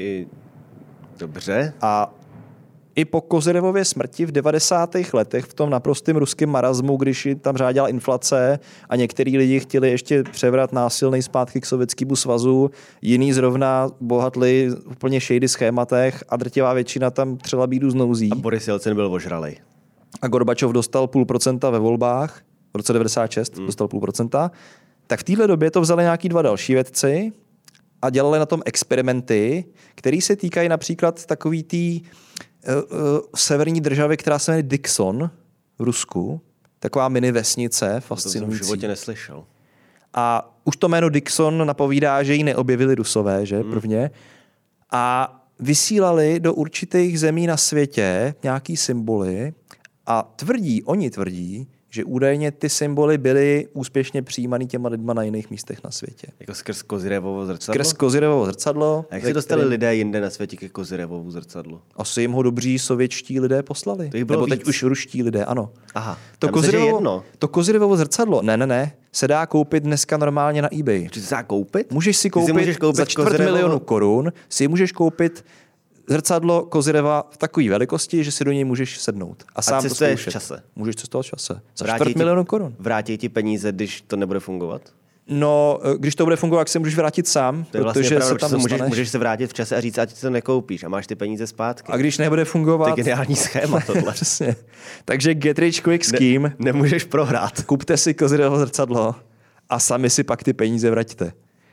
Dobře. A i po Kozyrevově smrti v 90. letech v tom naprostém ruském marazmu, když tam řádila inflace a některý lidi chtěli ještě převrat násilnej zpátky k Sovětskému svazu, jiný zrovna bohatli úplně shady schématech a drtivá většina tam třela bídu z nouzí. A Boris Jelcin byl ožralej. A Gorbačov dostal 0,5% ve volbách, v roce 96 dostal 0,5%, tak v téhle době to vzali nějaký dva další vědci a dělali na tom experimenty, které se týkají například takový tý severní državy, která se jmenuje Dixon v Rusku. Taková mini vesnice, fascinující. To jsem v životě neslyšel. A už to jméno Dixon napovídá, že ji neobjevili Rusové, že prvně. A vysílali do určitých zemí na světě nějaký symboly a oni tvrdí, že údajně ty symboly byly úspěšně přijímaný těma lidma na jiných místech na světě. Jako skrz Kozyrevovo zrcadlo? Skrz Kozyrevovo zrcadlo. A jak se dostali lidé jinde na světě ke Kozyrevovu zrcadlu? Asi jim ho dobří sovětští lidé poslali. Nebo teď už ruští lidé, ano. Aha, to Kozyrevovo zrcadlo, ne, se dá koupit dneska normálně na eBay. Či se dá koupit? Můžeš si koupit za 250 000 korun, si můžeš koupit zrcadlo Kozyreva v takové velikosti, že si do něj můžeš sednout. A sám to zkoušet. V čase. Můžeš cestovat v čase. Za 250 000 korun. Vrátí ti peníze, když to nebude fungovat? No, když to bude fungovat, tak se můžeš vrátit sám, to je protože vlastně pravda, se tam dostaneš. Můžeš se vrátit v čase a říct, ať to nekoupíš a máš ty peníze zpátky. A když nebude fungovat... To je geniální schéma tohle. Přesně. Takže get rich quick scheme. Nemůžeš prohrát. Kupte si Kozyrevo zrcadlo a sami si pak ty peníze vraťte.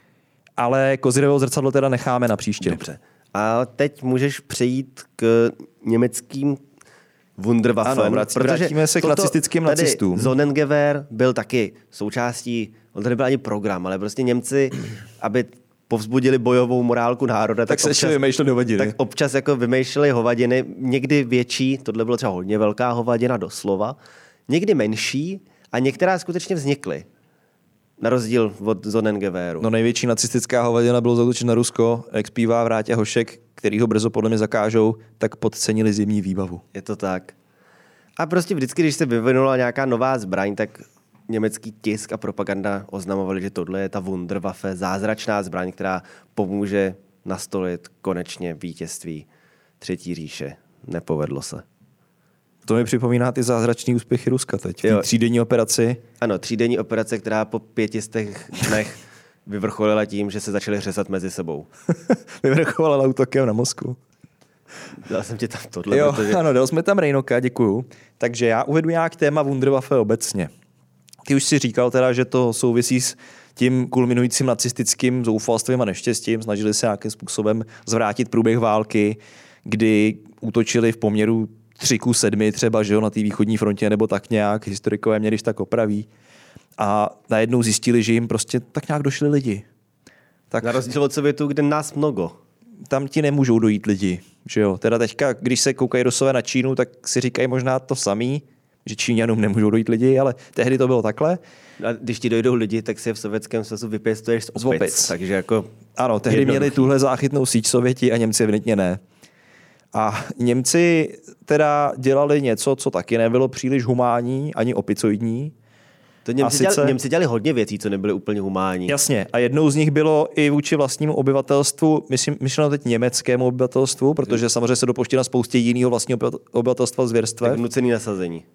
Ale Kozyrevo zrcadlo teda necháme na příště. Dobře. A teď můžeš přejít k německým Wunderwaffen. Ano, vrátíme se k nacistickým nacistům. Sonnengewehr byl taky součástí, on to nebyl ani program, ale prostě Němci, aby povzbudili bojovou morálku národa, tak se ještě vymýšleli hovadiny. Tak občas jako vymýšleli hovadiny, někdy větší, tohle bylo třeba hodně velká hovadina doslova, někdy menší a některá skutečně vznikly. Na rozdíl od Sonnengewehru. No největší nacistická hovadina bylo zaútočit na Rusko, jak zpívá Vráťa Hošek, který ho brzo podle mě zakážou, tak podcenili zimní výbavu. Je to tak. A prostě vždycky, když se vyvinula nějaká nová zbraň, tak německý tisk a propaganda oznamovali, že tohle je ta Wunderwaffe, zázračná zbraň, která pomůže nastolit konečně vítězství Třetí říše. Nepovedlo se. To mi připomíná ty zázračný úspěchy Ruska teď. V třídenní operaci. Ano, třídenní operace, která po 500 dnech vyvrcholila tím, že se začali řezat mezi sebou. Vyvrcholila útokem na Moskvu. Dal jsem ti tam tohle. Jo, protože... ano, dal jsme tam Rejnoka, děkuju. Takže já uvedu nějak téma Wunderwaffe obecně. Ty už si říkal teda, že to souvisí s tím kulminujícím nacistickým zoufalstvím a neštěstím. Snažili se nějakým způsobem zvrátit průběh války, kdy útočili v poměru 3:7 třeba, že jo, na té východní frontě nebo tak nějak. Historikové mě když tak opraví. A najednou zjistili, že jim prostě tak nějak došli lidi. Tak na rozdíl od Sovětu, kde nás mnoho. Tam ti nemůžou dojít lidi, že jo. Teda teďka, když se koukají Rusové na Čínu, tak si říkají možná to samý, že Číňanům nemůžou dojít lidi, ale tehdy to bylo takhle. A když ti dojdou lidi, tak si je v Sovětském svazu vypěstuješ z opic. Takže jako ano, tehdy měli tuhle záchytnou síť Sověti a Němci evidentně ne. A Němci teda dělali něco, co taky nebylo příliš humánní, ani opicoidní. To Němci dělali hodně věcí, co nebyly úplně humánní. Jasně. A jednou z nich bylo i vůči vlastnímu obyvatelstvu, myšleno teď německému obyvatelstvu, protože samozřejmě se dopouští na spoustě jiného vlastního obyvatelstva zvěrstvev. Tak nucený nasazení.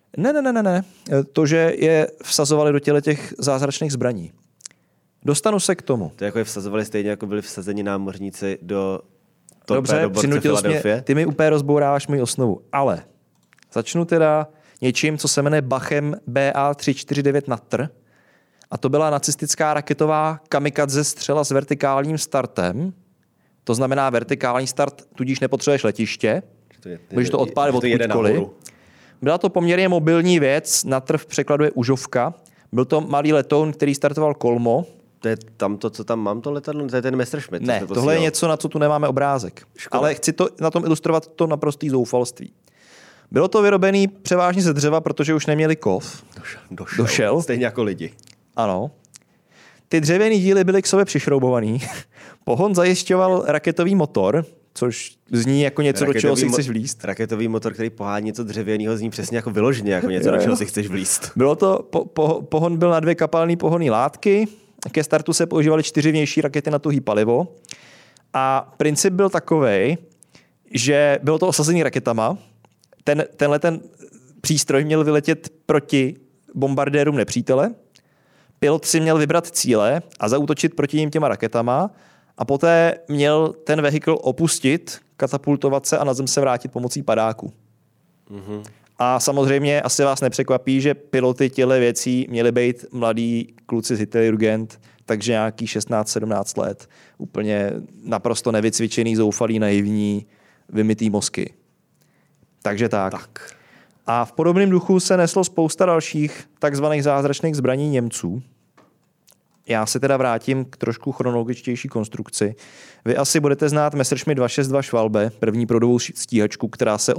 Ne. To, že je vsazovali do těch zázračných zbraní. Dostanu se k tomu. To jako je vsazovali stejně, jako byli vsazeni námořníci do Dobře, přinutil jsi mě, ty mi úplně rozbouráváš moji osnovu. Ale začnu teda něčím, co se jmenuje Bachem BA349 Natter. A to byla nacistická raketová kamikadze střela s vertikálním startem. To znamená vertikální start, tudíž nepotřebuješ letiště. Můžeš to odpálit odkudkoliv. Byla to poměrně mobilní věc, Natter v překladu je užovka. Byl to malý letoun, který startoval kolmo. To je tamto, co tam mám, to letadlo? To je ten Messerschmitt. Ne, tohle je něco, na co tu nemáme obrázek. Škoda. Ale chci to na tom ilustrovat to naprostý zoufalství. Bylo to vyrobené převážně ze dřeva, protože už neměli kov. Došel. Stejně jako lidi. Ano. ty dřevěný díly byly k sobě přišroubovaný. Pohon zajišťoval raketový motor, což zní jako něco, do čeho si chceš vlízt. Raketový motor, který pohání něco dřevěného, zní přesně jako vyloženě, jako něco, do čeho si chceš vlízt. Bylo to, pohon byl na 2 kapalné pohonné látky, ke startu se používaly 4 vnější rakety na tuhý palivo a princip byl takovej, že bylo to osazený raketama, tenhle přístroj měl vyletět proti bombardérům nepřítele, pilot si měl vybrat cíle a zaútočit proti ním těma raketama a poté měl ten vehikl opustit, katapultovat se a na zem se vrátit pomocí padáku. Mm-hmm. A samozřejmě asi vás nepřekvapí, že piloty těchto věcí měli být mladí kluci z Hitlerjugend, takže nějaký 16-17 let. Úplně naprosto nevycvičený, zoufalý, naivní, vymytý mozky. Takže tak. A v podobném duchu se neslo spousta dalších takzvaných zázračných zbraní Němců. Já se teda vrátím k trošku chronologičtější konstrukci. Vy asi budete znát Messerschmitt 262 Schwalbe, první proudovou stíhačku, která se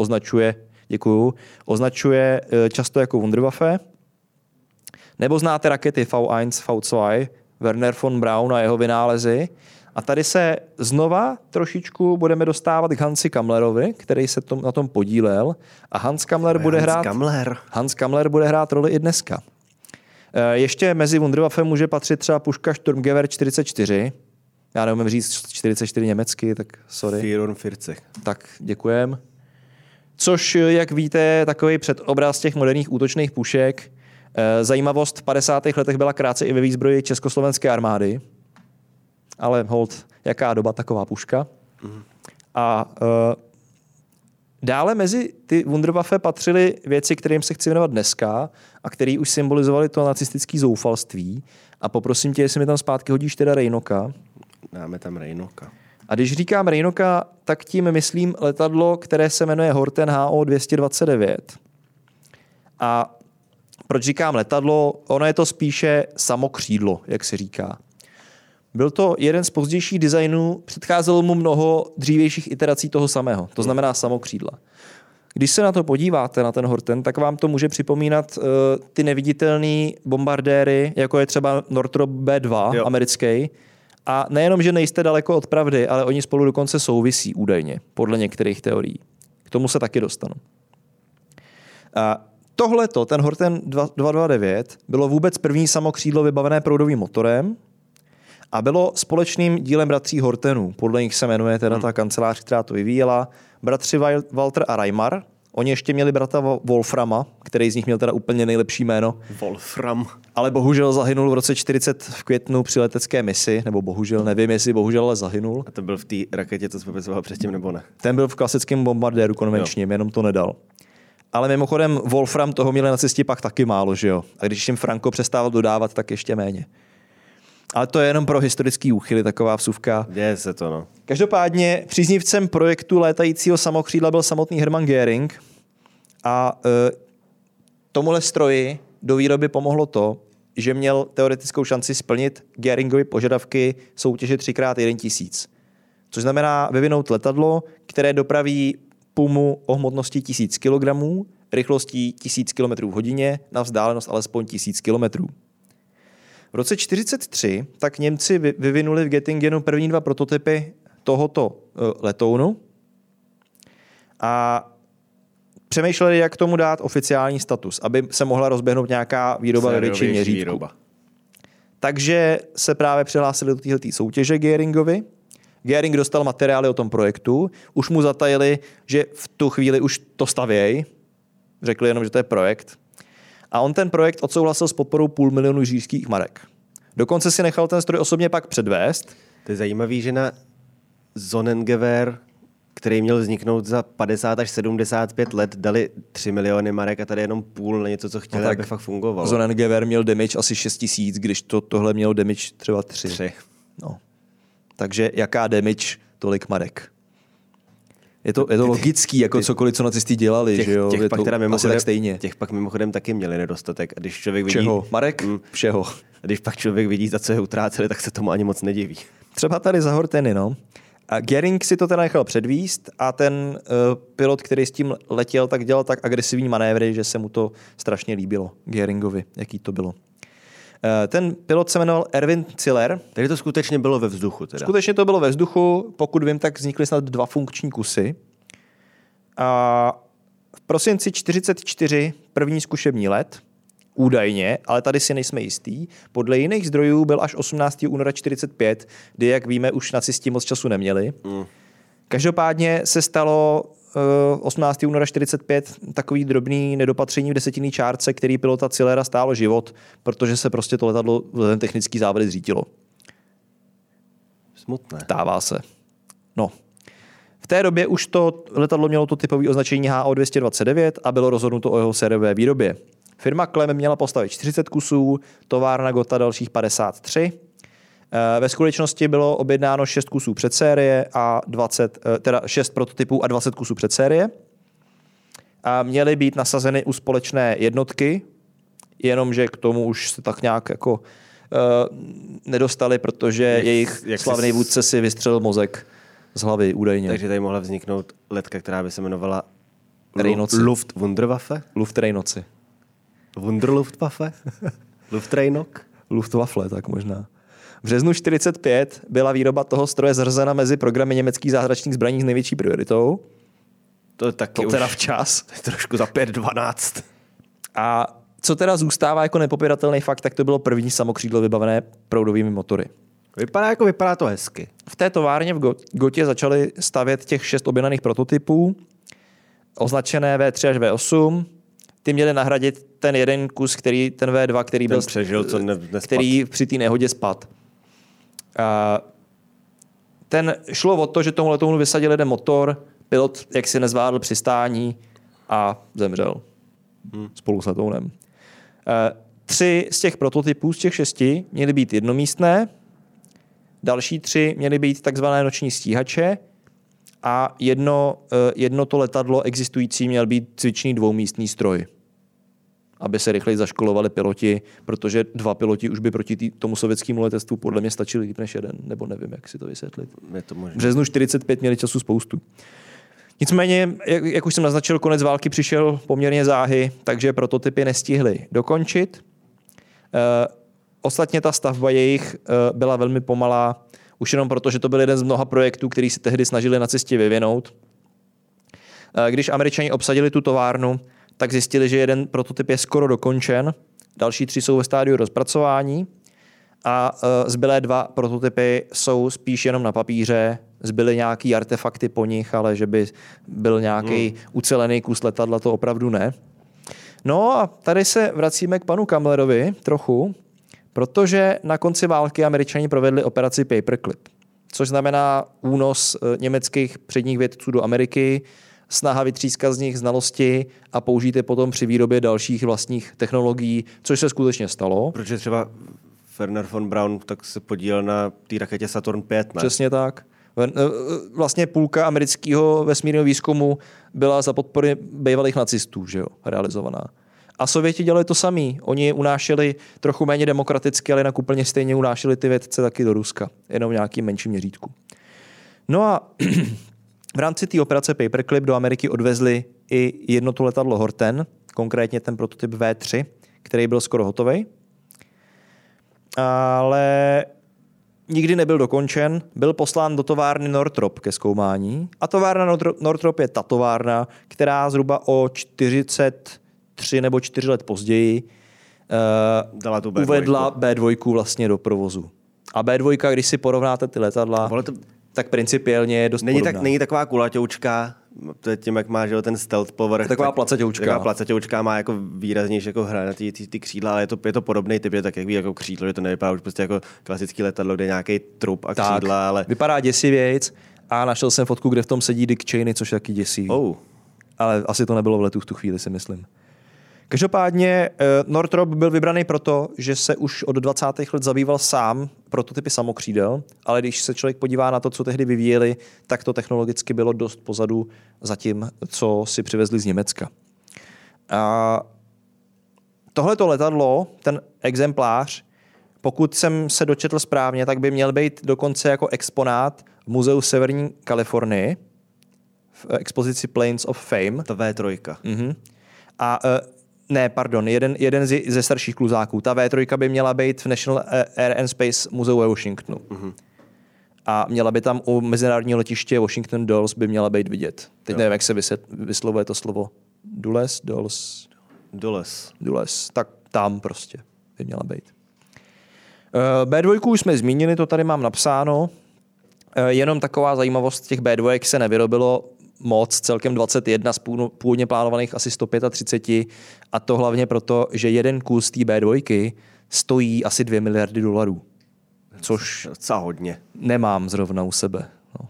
označuje často jako Wunderwaffe. Nebo znáte rakety V1, V2, Werner von Braun a jeho vynálezy. A tady se znova trošičku budeme dostávat k Hansi Kammlerovi, který se na tom podílel. A Hans Kammler bude hrát roli i dneska. Ještě mezi Wunderwaffe může patřit třeba puška Sturmgewehr 44. Já neumím říct 44 německy, tak sorry. 44. Tak děkujem. Což, jak víte, je takový předobraz těch moderních útočných pušek. Zajímavost, v 50. letech byla krátce i ve výzbroji československé armády. Ale hold, jaká doba taková puška. A dále mezi ty Wunderwaffe patřily věci, kterým se chci věnovat dneska a které už symbolizovaly to nacistické zoufalství. A poprosím tě, jestli mi tam zpátky hodíš teda Rejnoka. Dáme tam Rejnoka. A když říkám Rejnoka, tak tím myslím letadlo, které se jmenuje Horten HO-229. A proč říkám letadlo? Ono je to spíše samokřídlo, jak se říká. Byl to jeden z pozdějších designů, předcházelo mu mnoho dřívějších iterací toho samého, to znamená samokřídla. Když se na to podíváte, na ten Horten, tak vám to může připomínat ty neviditelné bombardéry, jako je třeba Northrop B2 americký. A nejenom, že nejste daleko od pravdy, ale oni spolu dokonce souvisí údajně, podle některých teorií. K tomu se taky dostanu. A tohleto, ten Horten 229, bylo vůbec první samokřídlo vybavené proudovým motorem a bylo společným dílem bratří Hortenů. Podle nich se jmenuje teda ta kancelář, která to vyvíjela. Bratři Walter a Reimar. Oni ještě měli bratra Wolframa, který z nich měl teda úplně nejlepší jméno. Wolfram. Ale bohužel zahynul v roce 40 v květnu při letecké misi, nebo bohužel, nevím jestli bohužel, ale zahynul. A to byl v té raketě, co popisoval předtím, nebo ne? Ten byl v klasickém bombardéru konvenčním, jenom to nedal. Ale mimochodem Wolfram toho měli na cestě pak taky málo, že jo? A když jim Franco přestával dodávat, tak ještě méně. Ale to je jenom pro historický úchyly, taková vsuvka. Děje se to, no. Každopádně příznivcem projektu létajícího samokřídla byl samotný Hermann Göring a tomuhle stroji do výroby pomohlo to, že měl teoretickou šanci splnit Göringovy požadavky soutěže 3x1000. Což znamená vyvinout letadlo, které dopraví Pumu o hmotnosti 1000 kg, rychlostí 1000 km v hodině na vzdálenost alespoň 1000 km. V roce 1943 tak Němci vyvinuli v Göttingenu první 2 prototypy tohoto letounu a přemýšleli, jak tomu dát oficiální status, aby se mohla rozběhnout nějaká výroba ve větším měřítku. Takže se právě přihlásili do této soutěže Göringovi. Göring dostal materiály o tom projektu, už mu zatajili, že v tu chvíli už to stavějí, řekli jenom, že to je projekt. A on ten projekt odsouhlasil s podporou 500 000 říšských marek. Dokonce si nechal ten stroj osobně pak předvést. To je zajímavý, že na Sonnengewehr, který měl vzniknout za 50 až 75 let, dali 3 miliony marek a tady jenom půl na něco, co chtěli, aby fakt fungovalo. Sonnengewehr měl damage asi 6 000, když tohle mělo damage třeba 3. No. Takže jaká damage, tolik marek. Je to logický, jako cokoliv, co nacisti dělali, že jo? Těch pak teda mimochodem, stejně. Těch pak mimochodem taky měli nedostatek. A když člověk vidí... Všeho? Marek? Všeho. A když pak člověk vidí, za co je utráceli, tak se tomu ani moc nediví. Třeba tady za Horteny, no. A Göring si to teda nechal předvíst a ten pilot, který s tím letěl, tak dělal tak agresivní manévry, že se mu to strašně líbilo, Göringovi, jaký to bylo. Ten pilot se jmenoval Erwin Ziller. Tedy to skutečně bylo ve vzduchu. Teda. Skutečně to bylo ve vzduchu, pokud vím, tak vznikly snad 2 funkční kusy. A v prosinci 1944 první zkušební let, údajně, ale tady si nejsme jistý. Podle jiných zdrojů byl až 18. února 1945, kdy, jak víme, už nacisti moc času neměli. Každopádně se stalo 18. února 1945 takový drobný nedopatření v desetinné čárce, který pilota Zillera stálo život, protože se prostě to letadlo vzhledem technický závady zřítilo. Smutné. Stává se. No. V té době už to letadlo mělo to typové označení HO229 a bylo rozhodnuto o jeho sériové výrobě. Firma Klem měla postavit 40 kusů, továrna Gotha dalších 53. Ve skutečnosti bylo objednáno 6 kusů předsérie a 6 prototypů a 20 kusů předsérie. A měly být nasazeny u společné jednotky, jenomže k tomu už se tak nějak jako nedostali, protože jejich slavný vůdce si vystřelil mozek z hlavy údajně. Takže tady mohla vzniknout letka, která by se jmenovala Luftwunderwaffe? Luftreinoci. Wunderluftwaffe? Luftreinok? Luftwaffe, tak možná. V březnu 1945 byla výroba toho stroje zařazena mezi programy německých zázračných zbraní s největší prioritou. To taky to teda včas. Trošku za 5:12. A co teda zůstává jako nepopiratelný fakt, tak to bylo první samokřídlo vybavené proudovými motory. Vypadá to hezky. V té továrně v Gotě začali stavět těch 6 objednaných prototypů, označené V3 až V8. Ty měli nahradit ten jeden kus, ten V2, který byl přežil, který při té nehodě spad. Šlo o to, že tomu letounu vysadil jeden motor, pilot jak si nezvládl přistání a zemřel. Spolu s letounem. 3 z těch prototypů, z těch 6, měly být jednomístné, další 3 měly být takzvané noční stíhače a jedno to letadlo existující měl být cvičný dvoumístný stroj, aby se rychleji zaškolovali piloti, protože 2 piloti už by proti tomu sovětskému letectvu podle mě stačili líp než jeden, nebo nevím, jak si to vysvětlit. V březnu 1945 měli času spoustu. Nicméně, jak už jsem naznačil, konec války přišel poměrně záhy, takže prototypy nestihli dokončit. Ostatně ta stavba jejich byla velmi pomalá, už jenom proto, že to byl jeden z mnoha projektů, který se tehdy snažili nacisti vyvinout. Když Američani obsadili tu továrnu, tak zjistili, že jeden prototyp je skoro dokončen, další 3 jsou ve stádiu rozpracování a zbylé 2 prototypy jsou spíš jenom na papíře, zbyly nějaký artefakty po nich, ale že by byl nějaký ucelený kus letadla, to opravdu ne. No a tady se vracíme k panu Kammlerovi trochu, protože na konci války Američani provedli operaci Paperclip, což znamená únos německých předních vědců do Ameriky, snaha vytřískat z nich znalosti a použít je potom při výrobě dalších vlastních technologií, což se skutečně stalo. Protože třeba Wernher von Braun tak se podílel na té raketě Saturn 5, ne? Přesně tak. Vlastně půlka amerického vesmírného výzkumu byla za podpory bývalých nacistů, že jo, realizovaná. A Sověti dělali to samý. Oni unášeli trochu méně demokraticky, ale jinak úplně stejně unášeli ty vědce taky do Ruska. Jenom v nějakým menším měřítku. No a v rámci té operace Paperclip do Ameriky odvezli i jedno to letadlo Horten, konkrétně ten prototyp V3, který byl skoro hotový. Ale nikdy nebyl dokončen, byl poslán do továrny Northrop ke zkoumání. A továrna Northrop je ta továrna, která zhruba o 43 nebo 4 let později uvedla B2 vlastně do provozu. A B2, když si porovnáte ty letadla, tak principiálně je dost podobná. Není taková kulaťoučka, tím, jak má, že ten stealth povrch. Taková placaťoučka. Taková placaťoučka má jako výraznější jako hranatý ty křídla, ale je to podobný typ, je tak jak ví jako křídlo, že to nevypadá už prostě jako klasický letadlo, kde je nějaký trup a křídla, ale vypadá děsivějc a našel jsem fotku, kde v tom sedí Dick Cheney, což je taky děsivý. Ale asi to nebylo v letu v tu chvíli, si myslím. Každopádně Northrop byl vybraný proto, že se už od 20. let zabýval sám prototypy samokřídel, ale když se člověk podívá na to, co tehdy vyvíjeli, tak to technologicky bylo dost pozadu za tím, co si přivezli z Německa. A tohleto letadlo, ten exemplář, pokud jsem se dočetl správně, tak by měl být dokonce jako exponát v muzeu Severní Kalifornii v expozici Planes of Fame. Ta V3. A Ne, pardon, jeden ze starších kluzáků. Ta V3 by měla být v National Air and Space Museu ve Washingtonu. A měla by tam u mezinárodního letiště Washington Dulles by měla být vidět. Teď nevím, jak se vyslovuje to slovo. Dulles. Tak tam prostě by měla být. B2 už jsme zmínili, to tady mám napsáno. Jenom taková zajímavost, těch B2 se nevyrobilo moc, celkem 21 z původně plánovaných asi 135 a to hlavně proto, že jeden kus té B2 stojí asi $2 miliardy. Což docela hodně. Nemám zrovna u sebe. No.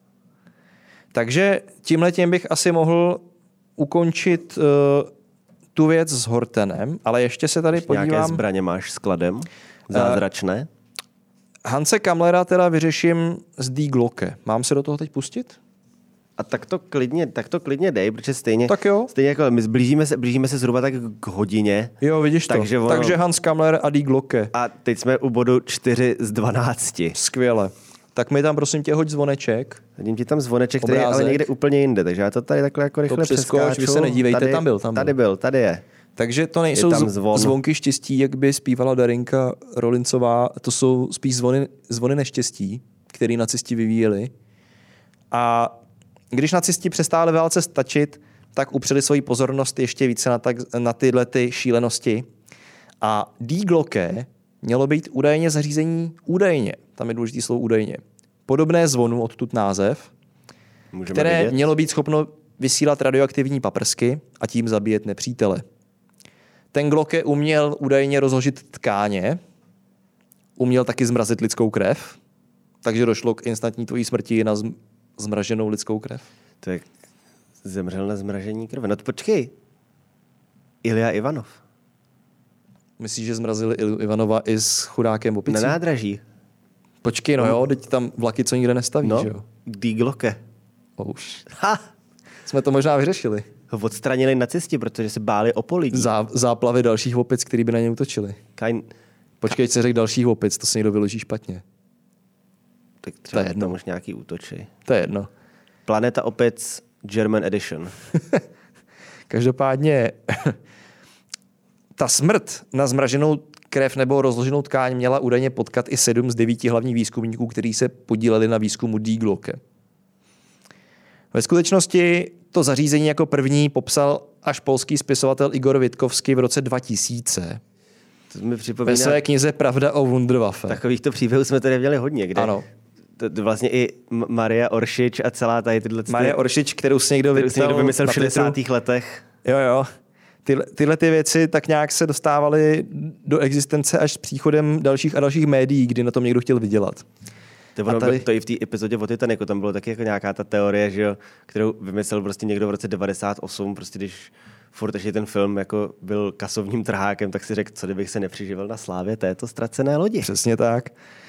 Takže tímhletím bych asi mohl ukončit tu věc s Hortenem, ale ještě se tady podívám. Nějaké zbraně máš skladem? Zázračné? Hanse Kammlera teda vyřeším z Die Glocke. Mám se do toho teď pustit? A tak to klidně dej, protože stejně jako my blížíme se zhruba tak k hodině. Jo, vidíš takže to. Takže Hans Kammler a Die Glocke. A teď jsme u bodu 4 z 12. Skvěle. Tak mi tam prosím tě hoď zvoneček. Hodím ti tam zvoneček, který je ale někde úplně jinde, takže já to tady takhle jako rychle přeskáču. Vy se nedívejte, tady je. Takže to nejsou zvonky štěstí, jak by zpívala Darinka Rolincová, to jsou spíš zvony neštěstí, který nacisti vyvíjeli. A když nacisti přestáli válce stačit, tak upřeli svoji pozornost ještě více na tyhle ty šílenosti. A Die Glocke mělo být údajně zařízení tam je důležitý slovo údajně, podobné zvonu, odtud název, které mělo být schopno vysílat radioaktivní paprsky a tím zabíjet nepřítele. Ten Glocke uměl údajně rozložit tkáně, uměl taky zmrazit lidskou krev, takže došlo k instantní tvojí smrti na zmraženou lidskou krev. To je zemřel na zmražení krve. No to počkej. Ilja Ivanov. Myslíš, že zmrazili Ilju Ivanova i s chudákem opicí? Na nádraží. Počkej, no jo, teď tam vlaky, co nikde nestaví, no, že jo? Die Glocke. Už. Jsme to možná vyřešili. Ho odstranili nacisti, protože se báli opolí. Záplavy dalších opic, který by na ně útočili. Počkej, co řekl dalších opic, to se někdo vyloží špatně. Tak třeba tam už nějaký útočí. To je jedno. Planeta opic German Edition. Každopádně ta smrt na zmraženou krev nebo rozloženou tkáň měla údajně potkat i 7 z 9 hlavních výzkumníků, kteří se podíleli na výzkumu Die Glocke. Ve skutečnosti to zařízení jako první popsal až polský spisovatel Igor Witkowski v roce 2000. To mi připomíná... Ve své knize Pravda o Wunderwaffe. Takovýchto příběhů jsme tady měli hodně. Kde? Ano. To vlastně i Maria Oršič a celá tady tyhle... Maria Oršič, kterou si někdo vymyslel v 60. letech. Jo. Tyhle ty věci tak nějak se dostávaly do existence až s příchodem dalších a dalších médií, kdy na tom někdo chtěl vydělat. To i v té epizodě o Titaniku, tam bylo taky jako nějaká ta teorie, že jo, kterou vymyslel prostě někdo v roce 98, prostě když furt ještě ten film jako byl kasovním trhákem, tak si řekl, co kdybych se nepřiživil na slávě této ztracené lodi. Přesně tak.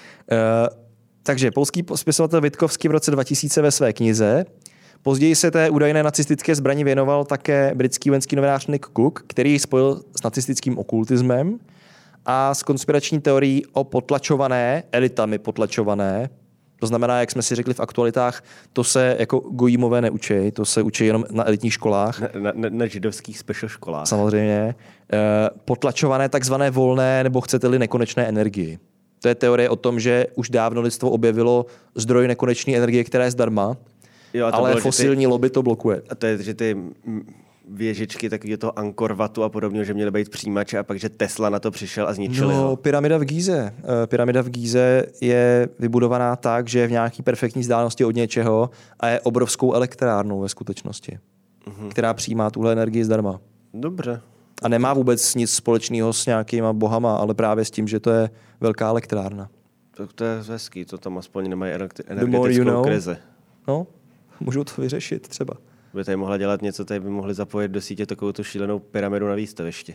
Takže polský spisovatel Witkowski v roce 2000 ve své knize. Později se té údajné nacistické zbrani věnoval také britský vojenský novinář Nick Cook, který ji spojil s nacistickým okultismem a s konspirační teorií o elitami potlačované. To znamená, jak jsme si řekli v aktualitách, to se jako gojímové neučí, to se učí jenom na elitních školách. Na židovských special školách. Samozřejmě. Potlačované takzvané volné, nebo chcete-li nekonečné energii. To je teorie o tom, že už dávno lidstvo objevilo zdroj nekonečné energie, která je zdarma, ale bylo, fosilní lobby to blokuje. A to je, že ty věžičky takového toho Angkor-Watu a podobně, že měly být přijímače a pak, že Tesla na to přišel a zničil ho. Pyramida v Gíze. Pyramida v Gíze je vybudovaná tak, že je v nějaký perfektní vzdálenosti od něčeho a je obrovskou elektrárnou ve skutečnosti, která přijímá tuhle energii zdarma. Dobře. A nemá vůbec nic společného s nějakýma bohama, ale právě s tím, že to je velká elektrárna. To je hezký, to tam aspoň nemají energetickou krizi. No, můžou to vyřešit třeba. By tady mohla dělat něco, tady by mohli zapojit do sítě takovou tu šílenou pyramidu na výstavišti.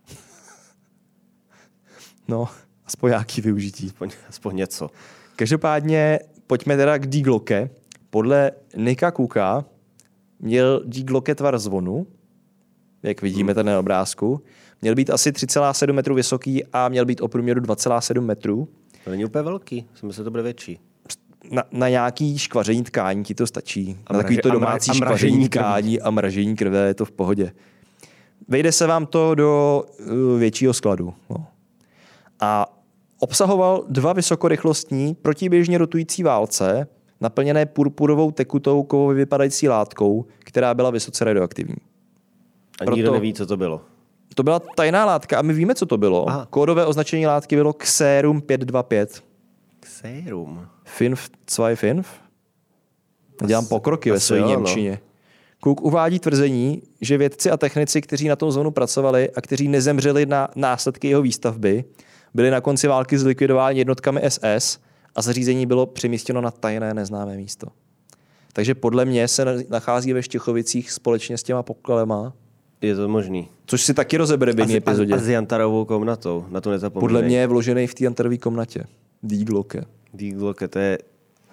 No, aspoň nějaký využití. Aspoň něco. Každopádně pojďme teda k Die Glocke. Podle Nicka Cooka měl Die Glocke tvar zvonu, jak vidíme tady na obrázku. Měl být asi 3,7 metru vysoký a měl být o průměru 2,7 metrů. To není úplně velký, myslím, že to bude větší. Na nějaký škvaření tkání ti to stačí. Na takový to domácí škvaření tkání a mražení krve je to v pohodě. Vejde se vám to do většího skladu. No. A obsahoval 2 vysokorychlostní protiběžně rotující válce, naplněné purpurovou tekutou kovově vypadající látkou, která byla vysoce radioaktivní. A nikdo neví, co to bylo. To byla tajná látka a my víme, co to bylo. Aha. Kódové označení látky bylo Xerum 525. Xerum? 525? Dělám pokroky ve své němčině. Cook uvádí tvrzení, že vědci a technici, kteří na tom zvonu pracovali a kteří nezemřeli na následky jeho výstavby, byli na konci války zlikvidováni jednotkami SS a zařízení bylo přemístěno na tajné neznámé místo. Takže podle mě se nachází ve Štěchovicích společně s těma pokladema. Je to možný. Což si taky rozebere v jedné epizodě. A s Jantarovou komnatou, na to nezapomínej. Podle mě je vložený v té Jantarové komnatě. Die Glocke, to je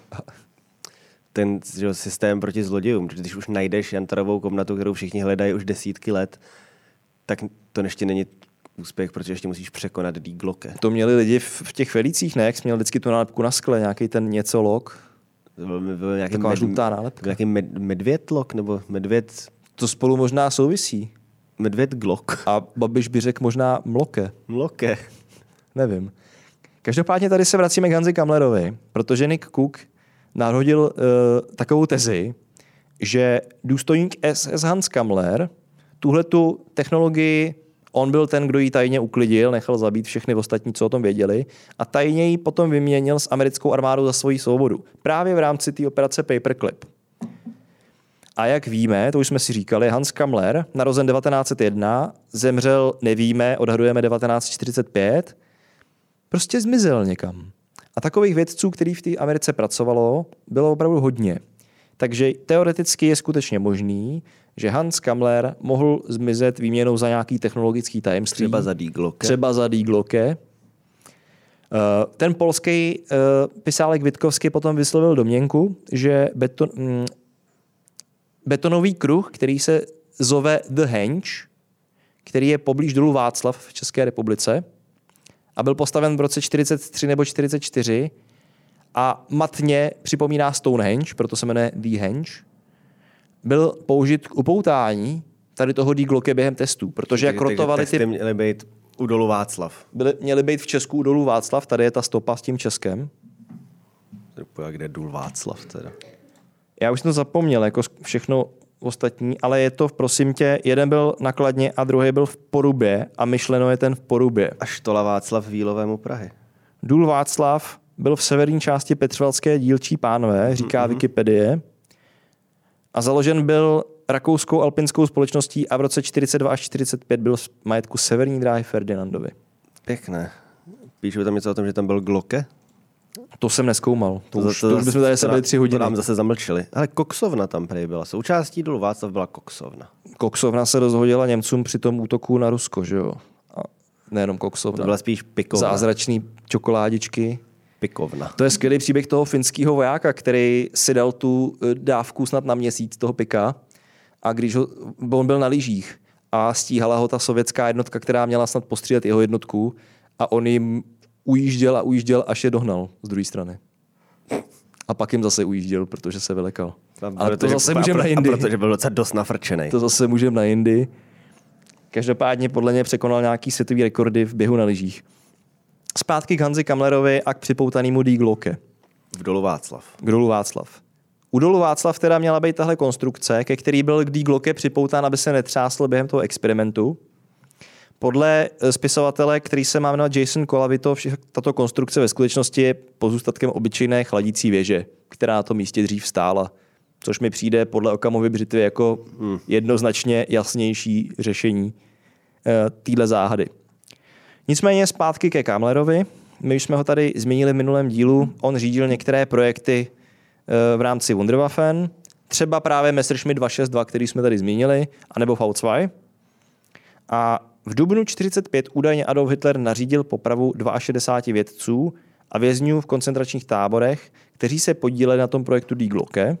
ten systém proti zlodějům. Když už najdeš Jantarovou komnatu, kterou všichni hledají už desítky let, tak to ještě není úspěch, protože ještě musíš překonat Die Glocke. To měli lidi v těch velicích, ne? Jak jsi měl vždycky tu nálepku na skle, nějaký ten něco log. Byl nějaký taková žlutá nálepka. Nějaký medvěd log, nebo medvěd... To spolu možná souvisí. Medvěd Glock. A Babiš by řekl možná mloke. Mloke. Nevím. Každopádně tady se vracíme k Hansi Kammlerovi, protože Nick Cook narodil takovou tezi, že důstojník SS Hans Kammler tuhletu technologii, on byl ten, kdo ji tajně uklidil, nechal zabít všechny ostatní, co o tom věděli, a tajně ji potom vyměnil s americkou armádou za svoji svobodu. Právě v rámci té operace Paperclip. A jak víme, to už jsme si říkali, Hans Kammler, narozen 1901, zemřel, nevíme, odhadujeme 1945, prostě zmizel někam. A takových vědců, který v té Americe pracovalo, bylo opravdu hodně. Takže teoreticky je skutečně možný, že Hans Kammler mohl zmizet výměnou za nějaký technologický tajemství. Třeba za Die Glocke. Ten polský pisálek Wittkowski potom vyslovil domněnku, že betonový kruh, který se zove The Henge, který je poblíž dolu Václav v České republice a byl postaven v roce 43 nebo 44 a matně připomíná Stonehenge, proto se jmenuje The Henge, byl použit k upoutání tady toho Die Glocke během testů, protože jak rotovali ty... měly být u dolu Václav. Měly být v Česku u dolu Václav, tady je ta stopa s tím Českem. Kde je důl Václav teda? Já už jsem to zapomněl, jako všechno ostatní, ale je to, prosím tě, jeden byl na Kladně a druhý byl v Porubě a myšleno je ten v Porubě. A štola Václav Vílovému Prahy. Důl Václav byl v severní části Petřvalské dílčí pánve, říká Wikipedie, a založen byl rakouskou alpinskou společností a v roce 42 až 45 byl v majetku Severní dráhy Ferdinandovi. Pěkné. Píšu tam něco o tom, že tam byl Glocke? To jsem nezkoumal. To už bychom tady se byli 3 hodiny. To nám zase zamlčili. Ale koksovna tam prý byla. Součástí dolu Václav byla koksovna. Koksovna se rozhodila Němcům při tom útoku na Rusko, že jo? A nejenom koksovna. To byla spíš pikovna. Zázračný čokoládičky. Pikovna. To je skvělý příběh toho finského vojáka, který si dal tu dávku snad na měsíc toho pika a když on byl na lyžích a stíhala ho ta sovětská jednotka, která měla snad postřílet jeho jednotku a on jim ujížděl, až je dohnal z druhé strany. A pak jim zase ujížděl, protože se vylekal. Ale to zase můžeme na jindy. Protože byl docela dost nafrčenej. To zase můžeme na jindy. Každopádně podle něj překonal nějaký světový rekordy v běhu na lyžích. Zpátky k Hansi Kammlerovi a k připoutanému Die Glocke. V dolu Václav. K dolu Václav. U dolu Václav teda měla být tahle konstrukce, ke který byl k Die Glocke připoután, aby se netřásl během toho experimentu. Podle spisovatele, který se má jmenovat Jason Colavito, tato konstrukce ve skutečnosti je pozůstatkem obyčejné chladící věže, která na tom místě dřív stála. Což mi přijde podle Okamovy břitvy jako jednoznačně jasnější řešení téhle záhady. Nicméně zpátky ke Kammlerovi. My už jsme ho tady zmínili v minulém dílu. On řídil některé projekty v rámci Wunderwaffen, třeba právě Messerschmitt 262, který jsme tady zmínili, anebo V2. A v dubnu 1945 údajně Adolf Hitler nařídil popravu 62 vědců a vězňů v koncentračních táborech, kteří se podíleli na tom projektu Die Glocke.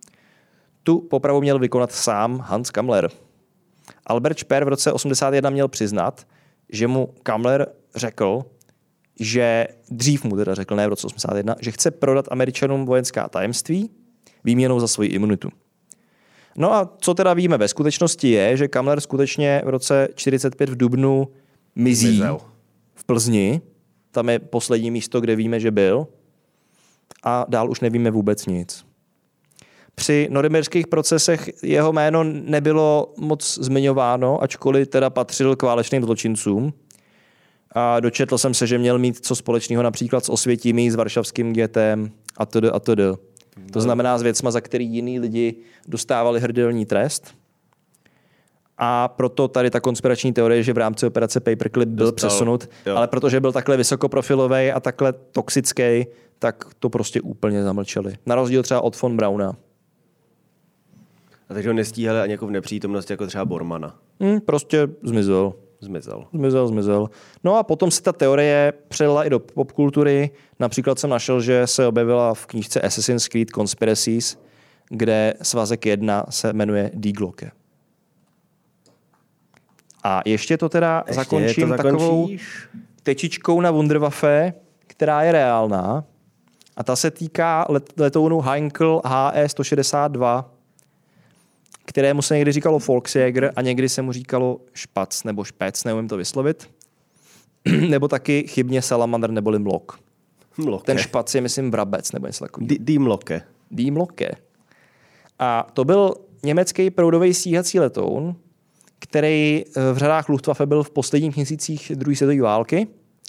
Tu popravu měl vykonat sám Hans Kammler. Albert Speer v roce 1981 měl přiznat, že mu Kammler řekl, že dřív mu teda řekl, ne v roce 1981, že chce prodat Američanům vojenská tajemství výměnou za svoji imunitu. No a co teda víme ve skutečnosti je, že Kammler skutečně v roce 45 v dubnu mizí v Plzni. Tam je poslední místo, kde víme, že byl. A dál už nevíme vůbec nic. Při norimberských procesech jeho jméno nebylo moc zmiňováno, ačkoliv teda patřil k válečným zločincům. A dočetl jsem se, že měl mít co společného například s Osvětimí, s varšavským getem atd. To znamená s věcma, za který jiní lidi dostávali hrdelní trest. A proto tady ta konspirační teorie, že v rámci operace Paperclip byl přesunut, ale protože byl takhle vysokoprofilový a takhle toxický, tak to prostě úplně zamlčeli. Na rozdíl třeba od von Brauna. A takže ho nestíhali ani jako v nepřítomnosti, jako třeba Bormana. Prostě zmizel. No a potom se ta teorie přelila i do popkultury. Například jsem našel, že se objevila v knížce Assassin's Creed Conspiracies, kde svazek 1 se jmenuje Die Glocke. A ještě to teda zakončím takovou tečičkou na Wunderwaffe, která je reálná. A ta se týká letounu Heinkel HE-162, kterému se někdy říkalo Volksjäger a někdy se mu říkalo Špac nebo Špec, nevím to vyslovit. Nebo taky chybně Salamander neboli Mlok. Ten Špac je, myslím, Vrabec nebo něco takového. Die Mlocke. A to byl německý proudový stíhací letoun, který v řadách Luftwaffe byl v posledních měsících druhé světové války.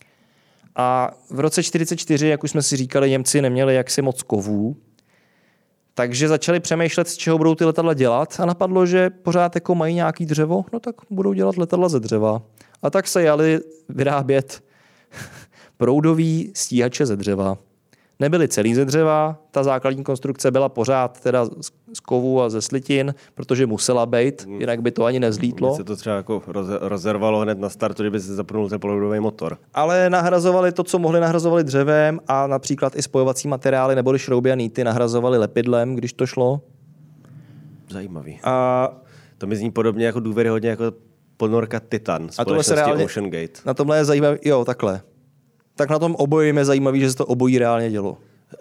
A v roce 1944, jak už jsme si říkali, Němci neměli jaksi moc kovů, takže začali přemýšlet, z čeho budou ty letadla dělat a napadlo, že pořád jako mají nějaký dřevo, no tak budou dělat letadla ze dřeva. A tak se jali vyrábět proudový stíhače ze dřeva. Nebyly celý ze dřeva, ta základní konstrukce byla pořád teda z kovů a ze slitin, protože musela být, jinak by to ani nezlítlo. Se to třeba jako rozervalo hned na startu, kdyby se zapnul ten proudový motor. Ale nahrazovali to, co mohli, nahrazovali dřevem a například i spojovací materiály neboli šrouby a nýty nahrazovali lepidlem, když to šlo. Zajímavý. A to mi zní podobně jako důvěryhodně jako ponorka Titan společnosti Ocean Gate. Na tomhle je zajímavý, jo, takhle. Tak na tom obojí je zajímavý, že se to obojí reálně dělo.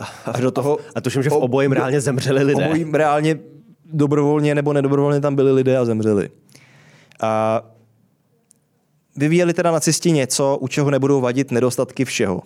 A tuším, že v obojím reálně zemřeli lidé. Obojím reálně dobrovolně nebo nedobrovolně tam byli lidé a zemřeli. A vyvíjeli teda nacisti něco, u čeho nebudou vadit nedostatky všeho.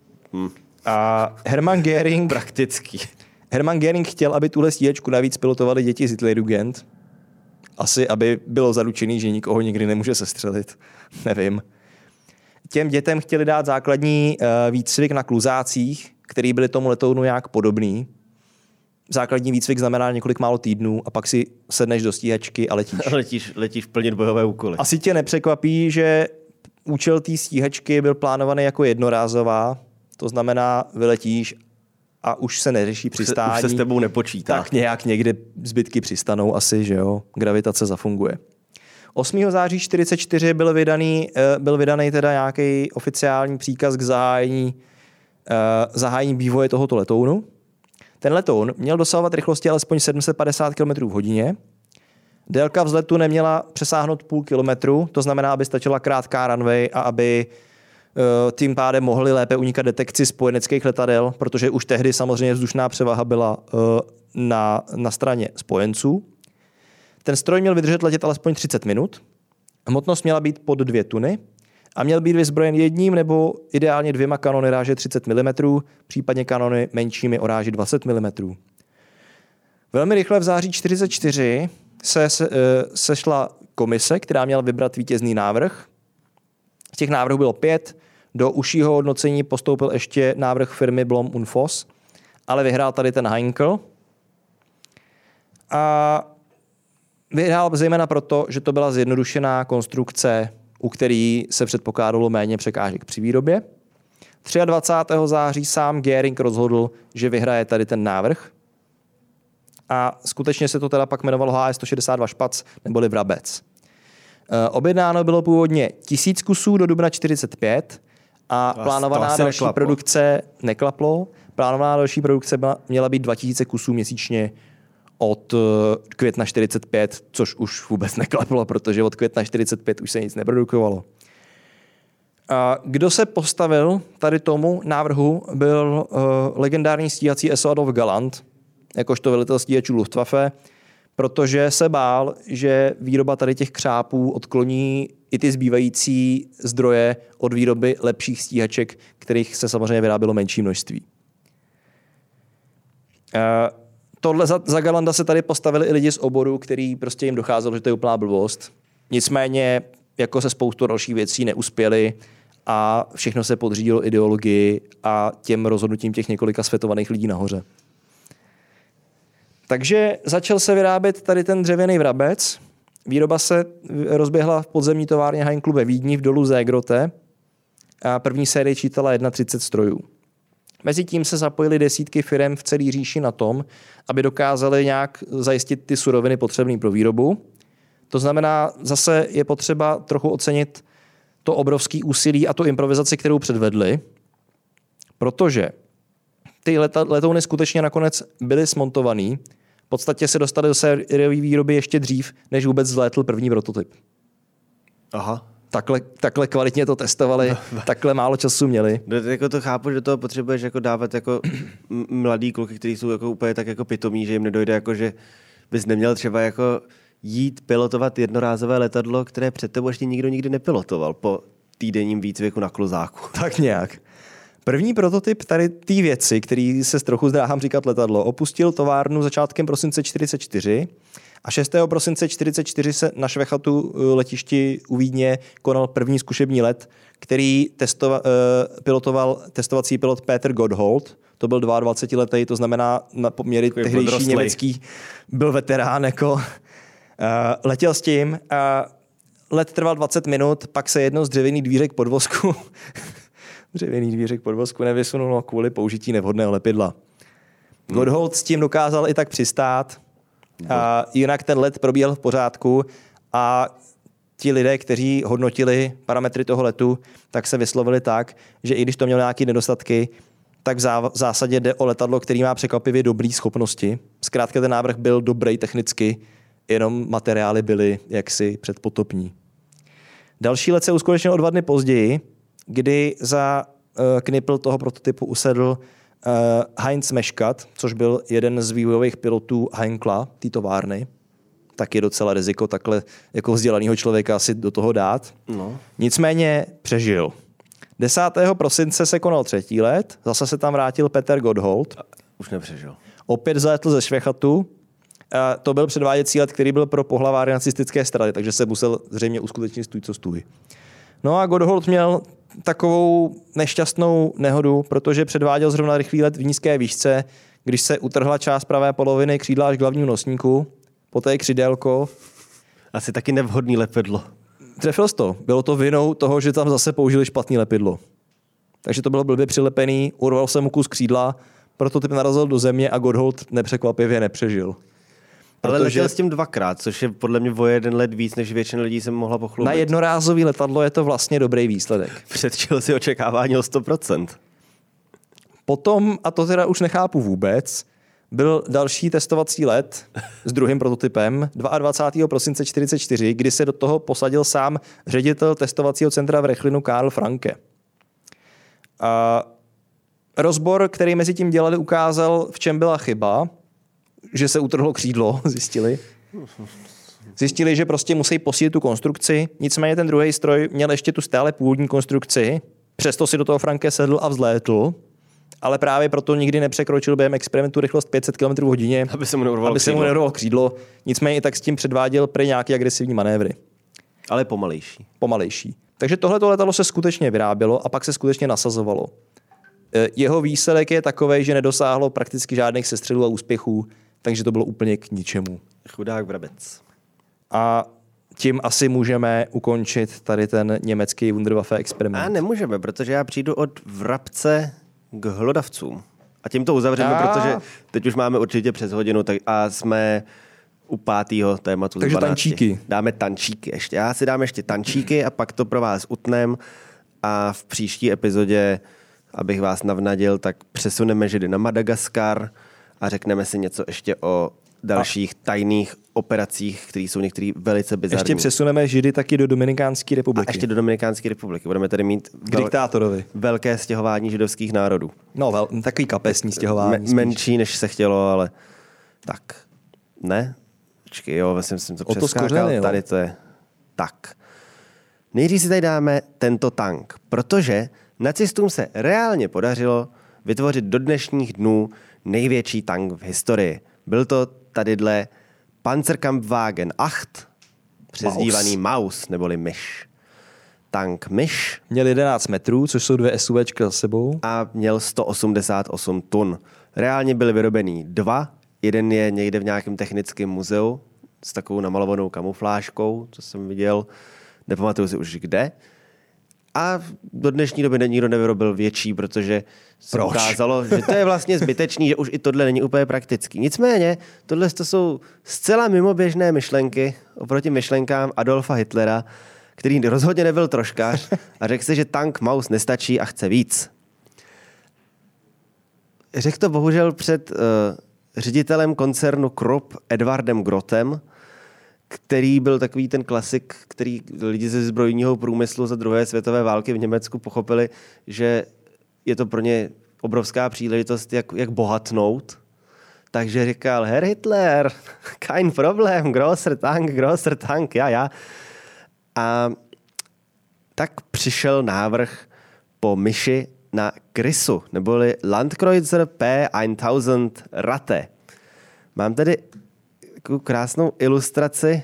A Hermann Göring... Praktický. Hermann Göring chtěl, aby tuhle stíhačku navíc pilotovali děti z Hitlerjugend. Asi, aby bylo zaručený, že nikoho nikdy nemůže sestřelit. Nevím. Těm dětem chtěli dát základní výcvik na kluzácích, který byly tomu letounu nějak podobný. Základní výcvik znamená několik málo týdnů a pak si sedneš do stíhačky a letíš. Letíš plnit bojové úkoly. Asi tě nepřekvapí, že účel té stíhačky byl plánovaný jako jednorázová. To znamená, vyletíš a už se neřeší přistání. Už se s tebou nepočítá. Tak nějak někde zbytky přistanou asi, že jo. Gravitace zafunguje. 8. září 1944 byl vydaný teda nějaký oficiální příkaz k zahájení vývoje tohoto letounu. Ten letoun měl dosahovat rychlosti alespoň 750 km v hodině. Délka vzletu neměla přesáhnout 0,5 kilometru, to znamená, aby stačila krátká runway a aby tím pádem mohli lépe unikat detekci spojeneckých letadel, protože už tehdy samozřejmě vzdušná převaha byla na straně spojenců. Ten stroj měl vydržet letět alespoň 30 minut. Hmotnost měla být pod 2 tuny a měl být vyzbrojen jedním nebo ideálně 2 kanony ráže 30 mm, případně kanony menšími o ráži 20 mm. Velmi rychle v září 1944 se sešla komise, která měla vybrat vítězný návrh. Z těch návrhů bylo 5. Do užšího hodnocení postoupil ještě návrh firmy Blohm und Voss, ale vyhrál tady ten Heinkel. A vyhrál zejména proto, že to byla zjednodušená konstrukce, u který se předpokládalo méně překážek při výrobě. 23. září sám Göring rozhodl, že vyhraje tady ten návrh. A skutečně se to teda pak jmenovalo HE-162 Špac neboli Vrabec. Objednáno bylo původně 1000 kusů do dubna 1945 a plánovaná další produkce neklaplo. Plánovaná další produkce měla být 2000 kusů měsíčně od května 1945, což už vůbec neklaplo, protože od května 1945 už se nic neprodukovalo. A kdo se postavil tady tomu návrhu, byl legendární stíhací SO Adolf Galland, jakožto velitel stíhačů Luftwaffe. protože se bál, že výroba tady těch křápů odkloní i ty zbývající zdroje od výroby lepších stíhaček, kterých se samozřejmě vyrábělo menší množství. Tohle za Galanda se tady postavili i lidi z oboru, který prostě jim docházelo, že to je úplná blbost. Nicméně jako se spoustu dalších věcí neuspěli a všechno se podřídilo ideologii a těm rozhodnutím těch několika světovaných lidí nahoře. Takže začal se vyrábět tady ten dřevěný vrabec. Výroba se rozběhla v podzemní továrně Heinklu ve Vídni v dolu Zégrote a první série čítala 31 strojů. Mezitím se zapojily desítky firem v celé říši na tom, aby dokázali nějak zajistit ty suroviny potřebné pro výrobu. To znamená, zase je potřeba trochu ocenit to obrovské úsilí a tu improvizaci, kterou předvedli, protože ty letouny skutečně nakonec byly smontovaný. V podstatě se dostali do sériové výroby ještě dřív, než vůbec vzlétl první prototyp. Aha. Takhle kvalitně to testovali, takhle málo času měli. Jako to chápu, že do toho potřebuješ jako dávat jako mladý kluky, kteří jsou jako úplně tak jako pitomí, že jim nedojde jako, že bys neměl třeba jako jít pilotovat jednorázové letadlo, které před tebou ještě nikdo nikdy nepilotoval po týdenním výcviku na kluzáku. Tak nějak. První prototyp tady té věci, který se trochu zdráhám říkat letadlo, opustil továrnu začátkem prosince 1944 a 6. prosince 1944 se na Švechatu letišti u Vídně konal první zkušební let, který pilotoval testovací pilot Peter Gotthold. To byl 22letý, to znamená na poměry tehdejší německý, byl veterán. Jako, letěl s tím. Let trval 20 minut, pak se jedno z dřevěných dvířek podvozku nevysunulo kvůli použití nevhodného lepidla. Gotthold s tím dokázal i tak přistát. Jinak ten let probíhal v pořádku a ti lidé, kteří hodnotili parametry toho letu, tak se vyslovili tak, že i když to mělo nějaké nedostatky, tak v zásadě jde o letadlo, který má překvapivě dobré schopnosti. Zkrátka ten návrh byl dobrý technicky, jenom materiály byly jaksi předpotopní. Další let se uskutečnil o 2 dny později, kdy za knipl toho prototypu usedl Heinz Meškat, což byl jeden z vývojových pilotů Heinkla, té továrny. Tak je docela riziko takhle jako vzdělaného člověka asi do toho dát. No. Nicméně přežil. 10. prosince se konal 3. let, zase se tam vrátil Peter Gotthold. Už nepřežil. Opět zaletl ze Švechatu. To byl předváděcí let, který byl pro pohlaváry nacistické strany, takže se musel zřejmě uskutečnit stůj co stůj. No a Gotthold měl takovou nešťastnou nehodu, protože předváděl zrovna rychlý let v nízké výšce, když se utrhla část pravé poloviny křídla až k hlavnímu nosníku, poté křidélko. Asi taky nevhodný lepidlo. Trefil jsi to. Bylo to vinou toho, že tam zase použili špatný lepidlo. Takže to bylo blbě přilepený, urval se mu kus křídla, prototyp narazil do země a Gotthold nepřekvapivě nepřežil. Ale letěl s tím 2krát, což je podle mě o 1 let víc, než většina lidí se mohla pochlubit. Na jednorázový letadlo je to vlastně dobrý výsledek. Předčil si očekávání o 100%. Potom, a to teda už nechápu vůbec, byl další testovací let s druhým prototypem 22. prosince 1944, kdy se do toho posadil sám ředitel testovacího centra v Rechlinu Karl Franke. Rozbor, který mezi tím dělali, ukázal, v čem byla chyba, že se utrhlo křídlo, zjistili. Zjistili, že prostě musí posílit tu konstrukci, nicméně ten druhý stroj měl ještě tu stále původní konstrukci, přesto si do toho Franke sedl a vzlétl, ale právě proto nikdy nepřekročil během experimentu rychlost 500 km/h, aby se mu neurovalo křídlo. Nicméně i tak s tím předváděl prý nějaký agresivní manévry. Ale pomalejší. Takže tohleto letadlo se skutečně vyrábělo a pak se skutečně nasazovalo. Jeho výsledek je takovej, že nedosáhlo prakticky žádných sestřelů a úspěchů, takže to bylo úplně k ničemu. Chudák vrabec. A tím asi můžeme ukončit tady ten německý Wunderwaffe experiment. A nemůžeme, protože já přijdu od vrabce k hlodavcům. A tím to uzavřeme, protože teď už máme určitě přes hodinu a jsme u 5. tématu. Takže tančíky. Dáme tančíky ještě. Já si dám ještě tančíky a pak to pro vás utnem a v příští epizodě, abych vás navnadil, tak přesuneme Židy na Madagaskar a řekneme si něco ještě o dalších tajných operacích, které jsou některé velice bizarní. Ještě přesuneme Židy taky do Dominikánské republiky. A ještě do Dominikánské republiky. Budeme tady mít k diktátorovi. Velké stěhování židovských národů. No, takový kapesní stěhování. Menší, než se chtělo, ale tak. Ne? Počkej, jo, vlastně jsem to O to přeskákal, skořeny, tady to je. Tak. Nejdřív si tady dáme tento tank, protože nacistům se reálně podařilo vytvořit do dnešních dnů největší tank v historii. Byl to tadyhle Panzerkampfwagen 8, přezdívaný Maus, neboli myš. Tank myš. Měl 11 metrů, což jsou 2 SUVčka za sebou. A měl 188 tun. Reálně byly vyrobený 2. Jeden je někde v nějakém technickém muzeu s takovou namalovanou kamuflážkou, co jsem viděl. Nepamatuju si už kde. A do dnešní doby nikdo nevyrobil větší, protože se ukázalo, že to je vlastně zbytečný, že už i tohle není úplně praktický. Nicméně, tohle to jsou zcela mimoběžné myšlenky oproti myšlenkám Adolfa Hitlera, který rozhodně nebyl troškař a řekl si, že tank Maus nestačí a chce víc. Řekl to bohužel před ředitelem koncernu Krupp Edvardem Grottem, který byl takový ten klasik, který lidi ze zbrojního průmyslu za druhé světové války v Německu pochopili, že je to pro ně obrovská příležitost, jak bohatnout. Takže říkal, Herr Hitler, kein Problem, grosser Tank, ja. A tak přišel návrh po myši na krysu, neboli Landkreuzer P1000 Ratte. Mám tady takovou krásnou ilustraci,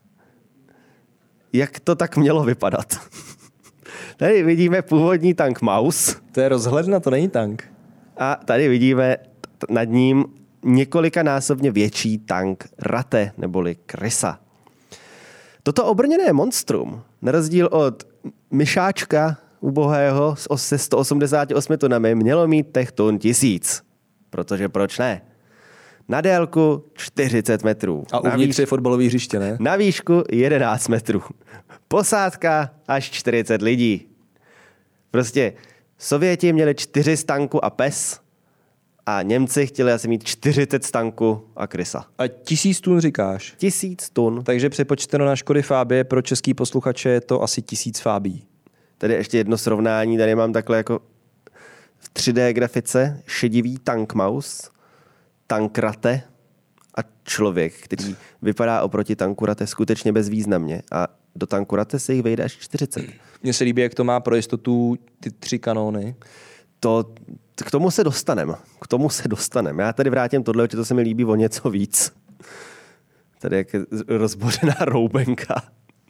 jak to tak mělo vypadat. Tady vidíme původní tank Maus. To je rozhledna, to není tank. A tady vidíme nad ním několikanásobně větší tank Ratte, neboli krysa. Toto obrněné monstrum, na rozdíl od myšáčka ubohého se 188 tunami, mělo mít těch tun 1000. Protože proč ne? Na délku 40 metrů. A uvnitř je fotbalové hřiště, ne? Na výšku 11 metrů. Posádka až 40 lidí. Prostě Sověti měli 4 stanku a pes a Němci chtěli asi mít 40 stanku a krysa. A 1000 tun říkáš? 1000 tun. Takže přepočteno na Škody Fabie pro český posluchače je to asi 1000 Fabí. Tady ještě jedno srovnání, tady mám takhle jako v 3D grafice šedivý tank Maus, tank Ratte a člověk, který vypadá oproti tanku Ratte skutečně bezvýznamně a do tanku Ratte se jich vejde až 40. Mně se líbí, jak to má pro jistotu ty 3 kanóny. K tomu se dostaneme. Já tady vrátím tohle, že to se mi líbí o něco víc. Tady jak je rozbořená roubenka.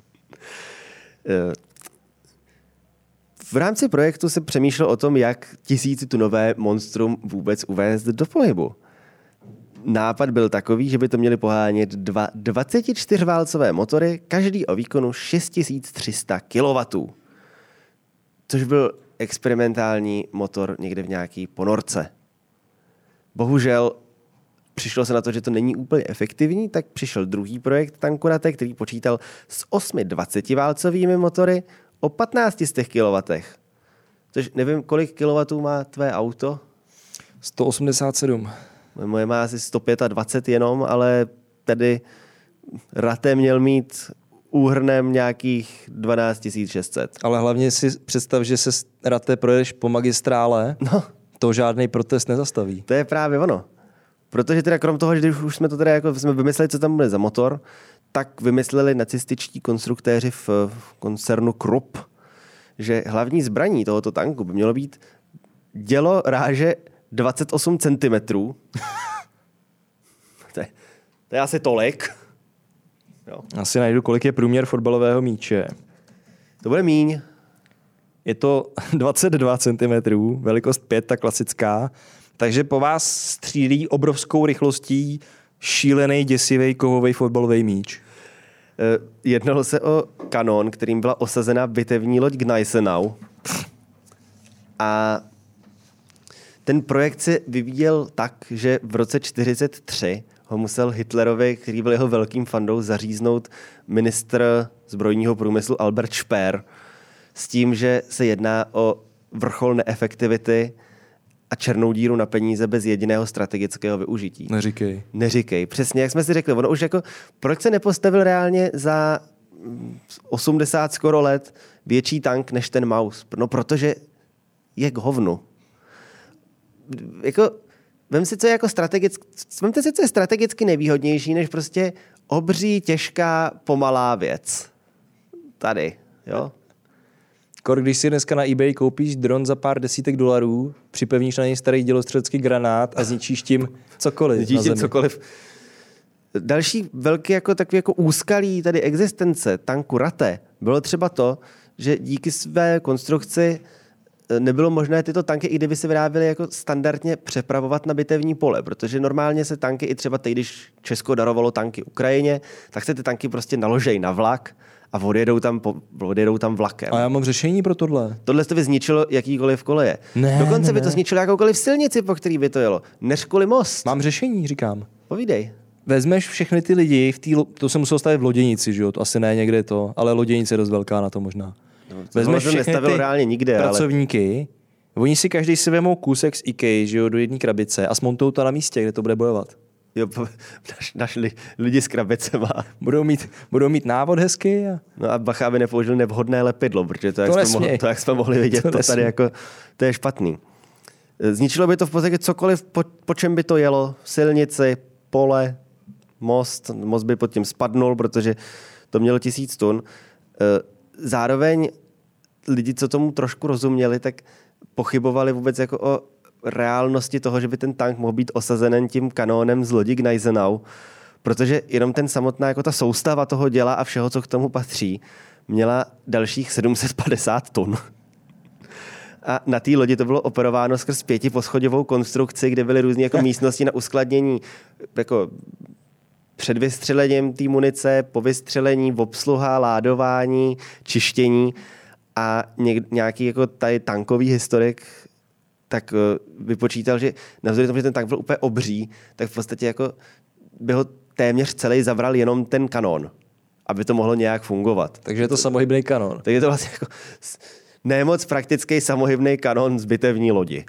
V rámci projektu se přemýšlel o tom, jak 1000tunové monstrum vůbec uvést do pohybu. Nápad byl takový, že by to měly pohánět 2 24válcové motory, každý o výkonu 6300 kW. Což byl experimentální motor někde v nějaký ponorce. Bohužel přišlo se na to, že to není úplně efektivní, tak přišel druhý projekt tanku Ratte, který počítal s 8 20válcovými motory o 1500 kW. Což nevím, kolik kilowattů má tvé auto? 187. Moje má asi 125 jenom, ale tady Ratte měl mít úhrnem nějakých 12 600. Ale hlavně si představ, že se Ratte projedeš po magistrále, No, to žádný protest nezastaví. to je právě ono. Protože teda krom toho, že když už jsme to teda jako jsme vymysleli, co tam bude za motor, tak vymysleli nacističtí konstruktéři v koncernu Krupp, že hlavní zbraní tohoto tanku by mělo být dělo ráže 28 cm. To je asi tolik. Jo. Asi najdu, kolik je průměr fotbalového míče. To bude míň. Je to 22 cm, velikost 5, ta klasická. Takže po vás střílí obrovskou rychlostí šílený, děsivý kovový fotbalový míč. Jednalo se o kanon, kterým byla osazena bitevní loď Gneisenau. A ten projekt se vyvíjel tak, že v roce 1943 ho musel Hitlerovi, který byl jeho velkým fandou, zaříznout ministr zbrojního průmyslu Albert Speer s tím, že se jedná o vrchol neefektivity a černou díru na peníze bez jediného strategického využití. Neříkej. Přesně, jak jsme si řekli. Ono už jako, proč se nepostavil reálně za 80 skoro let větší tank než ten Maus? No, protože je k hovnu. Jako, vemte si, co je strategicky nevýhodnější, než prostě obří, těžká, pomalá věc. Tady, jo? Když si dneska na eBay koupíš dron za pár desítek $, připevníš na něj starý dělostřelecký granát a zničíš tím cokoliv. Zničíš tím cokoliv. Další velký takový úskalí tady existence tanku Ratte bylo třeba to, že díky své konstrukci nebylo možné tyto tanky, i kdyby se vyráběly jako standardně, přepravovat na bitevní pole, protože normálně se tanky, i třeba teď, když Česko darovalo tanky Ukrajině, tak se ty tanky prostě naložejí na vlak a odjedou tam vlakem. A já mám řešení pro tohle. Tohle to by zničilo jakýkoliv koleje. Dokonce by to zničilo jakoukoliv silnici, po který by to jelo. Než kvůli most. Mám řešení, říkám. Povídej. Vezmeš všechny ty lidi, to se muselo stavit v loděnici, že jo? To asi ne někde to, ale loděnice je dost velká na to možná. Vezmeš všechny ty reálně nikde, pracovníky, oni si každý si vemou kousek z IKEA, že jo, do jedné krabice a smontou to na místě, kde to bude bojovat. Jo, našli lidi s krabicema. Budou mít návod hezky. No a bacha, aby nepoužili nevhodné lepidlo, protože jak jsme mohli vidět, to tady jako, to je špatný. Zničilo by to v podstatě cokoliv, po čem by to jelo, silnici, pole, most by pod tím spadnul, protože to mělo 1000 tun. Zároveň lidi, co tomu trošku rozuměli, tak pochybovali vůbec jako o reálnosti toho, že by ten tank mohl být osazen tím kanónem z lodi Gneisenau, protože jenom ten samotná jako ta soustava toho děla a všeho, co k tomu patří, měla dalších 750 tun. A na té lodi to bylo operováno skrz 5poschodovou konstrukci, kde byly různé jako místnosti na uskladnění jako před vystřelením té munice, po vystřelení, obsluha, ládování, čištění a nějaký jako tady tankový historik tak vypočítal, že navzdory tomu, že ten tank byl úplně obří, tak v podstatě jako by ho téměř celý zavral jenom ten kanon, aby to mohlo nějak fungovat. Takže je to samohybný kanon. Takže je to vlastně jako nemoc praktický samohybný kanon z bitevní lodi.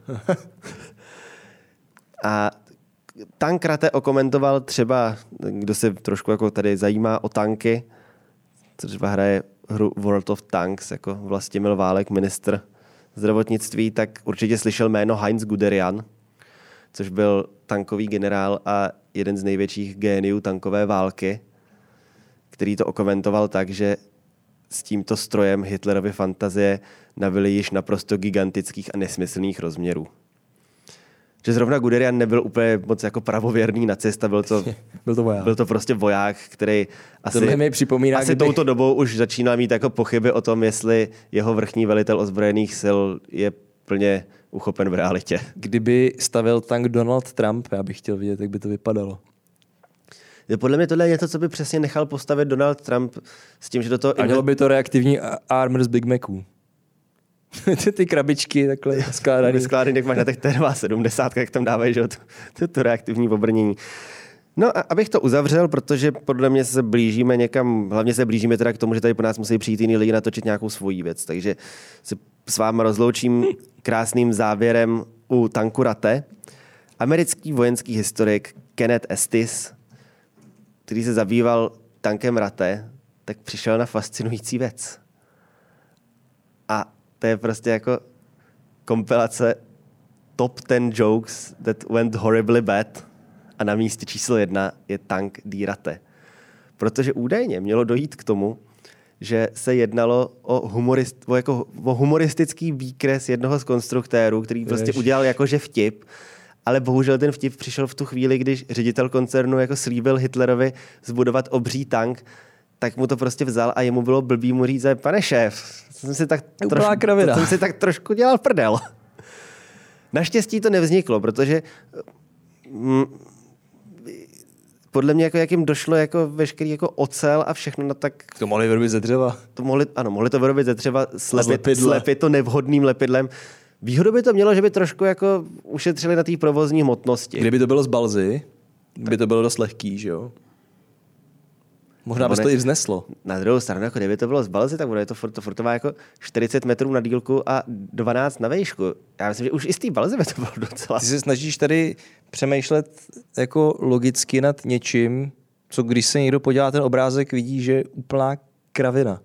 A tank Ratte okomentoval třeba, kdo se trošku jako tady zajímá o tanky, třeba hraje hru World of Tanks, jako Vlastimil Válek, ministr zdravotnictví, tak určitě slyšel jméno Heinz Guderian, což byl tankový generál a jeden z největších géniů tankové války, který to okomentoval tak, že s tímto strojem Hitlerovy fantazie nabyly již naprosto gigantických a nesmyslných rozměrů. Že zrovna Guderian nebyl úplně moc jako pravověrný nacista, byl to prostě voják, který asi touto dobou už začínal mít jako pochyby o tom, jestli jeho vrchní velitel ozbrojených sil je plně uchopen v realitě. Kdyby stavil tank Donald Trump, já bych chtěl vidět, jak by to vypadalo. Podle mě tohle je něco, co by přesně nechal postavit Donald Trump s tím, že do toho... A mělo by to reaktivní armor z Big Maců. Ty krabičky takhle skládaný. Vyskládaný, jak máš na těch T-70, jak tam dávají, že to reaktivní obrnění. No a abych to uzavřel, protože podle mě se blížíme někam, hlavně se blížíme teda k tomu, že tady po nás musí přijít jiný lidi natočit nějakou svoji věc. Takže se s váma rozloučím krásným závěrem u tanku Ratte. Americký vojenský historik Kenneth Estes, který se zabýval tankem Ratte, tak přišel na fascinující věc. A to je prostě jako kompilace top 10 jokes that went horribly bad a na místě číslo 1 je tank Die Ratte. Protože údajně mělo dojít k tomu, že se jednalo o humoristický výkres jednoho z konstruktérů, který prostě udělal jakože vtip, ale bohužel ten vtip přišel v tu chvíli, když ředitel koncernu jako slíbil Hitlerovi zbudovat obří tank, tak mu to prostě vzal a jemu bylo blbý mu říct, pane šéf, jsem si tak trošku dělal prdel. Naštěstí to nevzniklo, protože podle mě, jako jak jim došlo jako veškerý jako ocel a všechno, no tak... To mohli vyrobit ze dřeva. Mohli to vyrobit ze dřeva, slepit to nevhodným lepidlem. Výhodu by to mělo, že by trošku jako ušetřili na té provozní hmotnosti. Kdyby to bylo z balzy, by to bylo dost lehký, že jo? Možná by to i vzneslo. Na druhou stranu, jako kdyby to bylo z balzy, tak bude to furt má jako 40 metrů na dílku a 12 na výšku. Já myslím, že už i z té balzy by to bylo docela. Ty se snažíš tady přemýšlet jako logicky nad něčím, co když se někdo podívá ten obrázek, vidí, že je úplná kravina.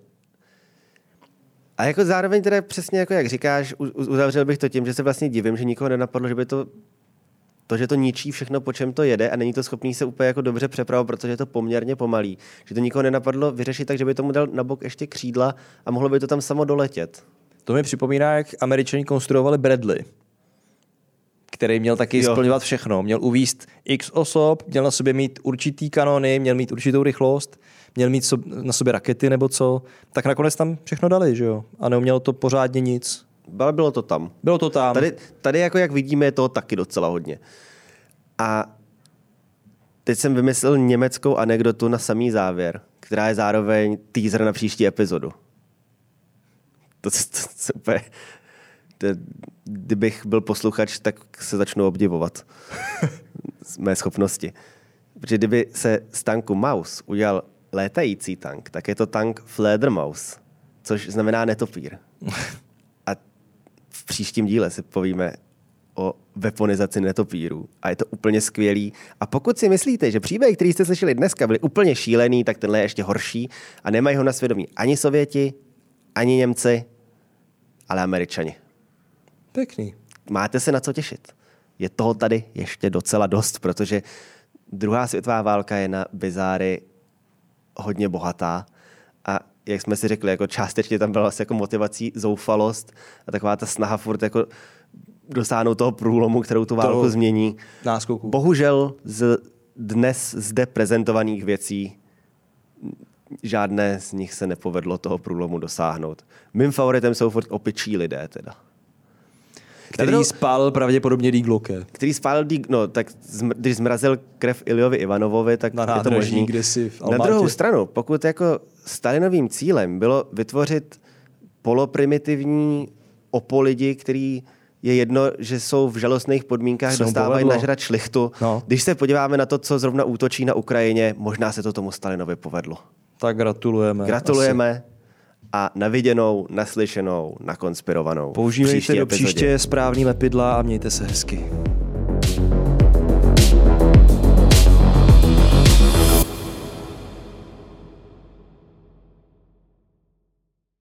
A jako zároveň teda přesně jako jak říkáš, uzavřel bych to tím, že se vlastně divím, že nikoho nenapadlo, že by to to, že to ničí všechno, po čem to jede a není to schopný se úplně jako dobře přepravovat, protože je to poměrně pomalý. Že to nikoho nenapadlo vyřešit tak, že by tomu dal na bok ještě křídla a mohlo by to tam samo doletět. To mi připomíná, jak Američani konstruovali Bradley, který měl taky splňovat všechno. Měl uvízt x osob, měl na sobě mít určitý kanony, měl mít určitou rychlost, měl mít na sobě rakety nebo co. Tak nakonec tam všechno dali, že jo? A neumělo to pořádně nic. Ale bylo to tam. Bylo to tam. Tady jako jak vidíme, je toho taky docela hodně. A teď jsem vymyslel německou anekdotu na samý závěr, která je zároveň teaser na příští epizodu. To úplně... Kdybych byl posluchač, tak se začnu obdivovat mé schopnosti. Protože kdyby se z tanku Maus udělal létající tank, tak je to tank Fledermaus, což znamená netopír. A v příštím díle si povíme o weaponizaci netopírů. A je to úplně skvělý. A pokud si myslíte, že příběhy, který jste slyšeli dneska, byly úplně šílený, tak tenhle je ještě horší a nemají ho na svědomí ani Sověti, ani Němci, ale Američani. Pěkný. Máte se na co těšit. Je toho tady ještě docela dost, protože druhá světová válka je na bizáry hodně bohatá a jak jsme si řekli, jako částečně tam byla jako motivací zoufalost a taková ta snaha furt jako dosáhnout toho průlomu, kterou tu válku změní. Náskoku. Bohužel z dnes zde prezentovaných věcí žádné z nich se nepovedlo toho průlomu dosáhnout. Mým favoritem jsou furt opičí lidé teda. Který spálil pravděpodobně Die Glocke. Který spálil tak když zmrazil krev Iljovi Ivanovovi, tak je to možný. Na druhou stranu, pokud jako Stalinovým cílem bylo vytvořit poloprimitivní opolidi, který je jedno, že jsou v žalostných podmínkách, dostávají nažrat šlichtu. No. Když se podíváme na to, co zrovna útočí na Ukrajině, možná se to tomu Stalinovi povedlo. Tak gratulujeme. Gratulujeme. Asi. A na viděnou, naslyšenou, nakonspirovanou. Používejte do příště správný lepidla a mějte se hezky.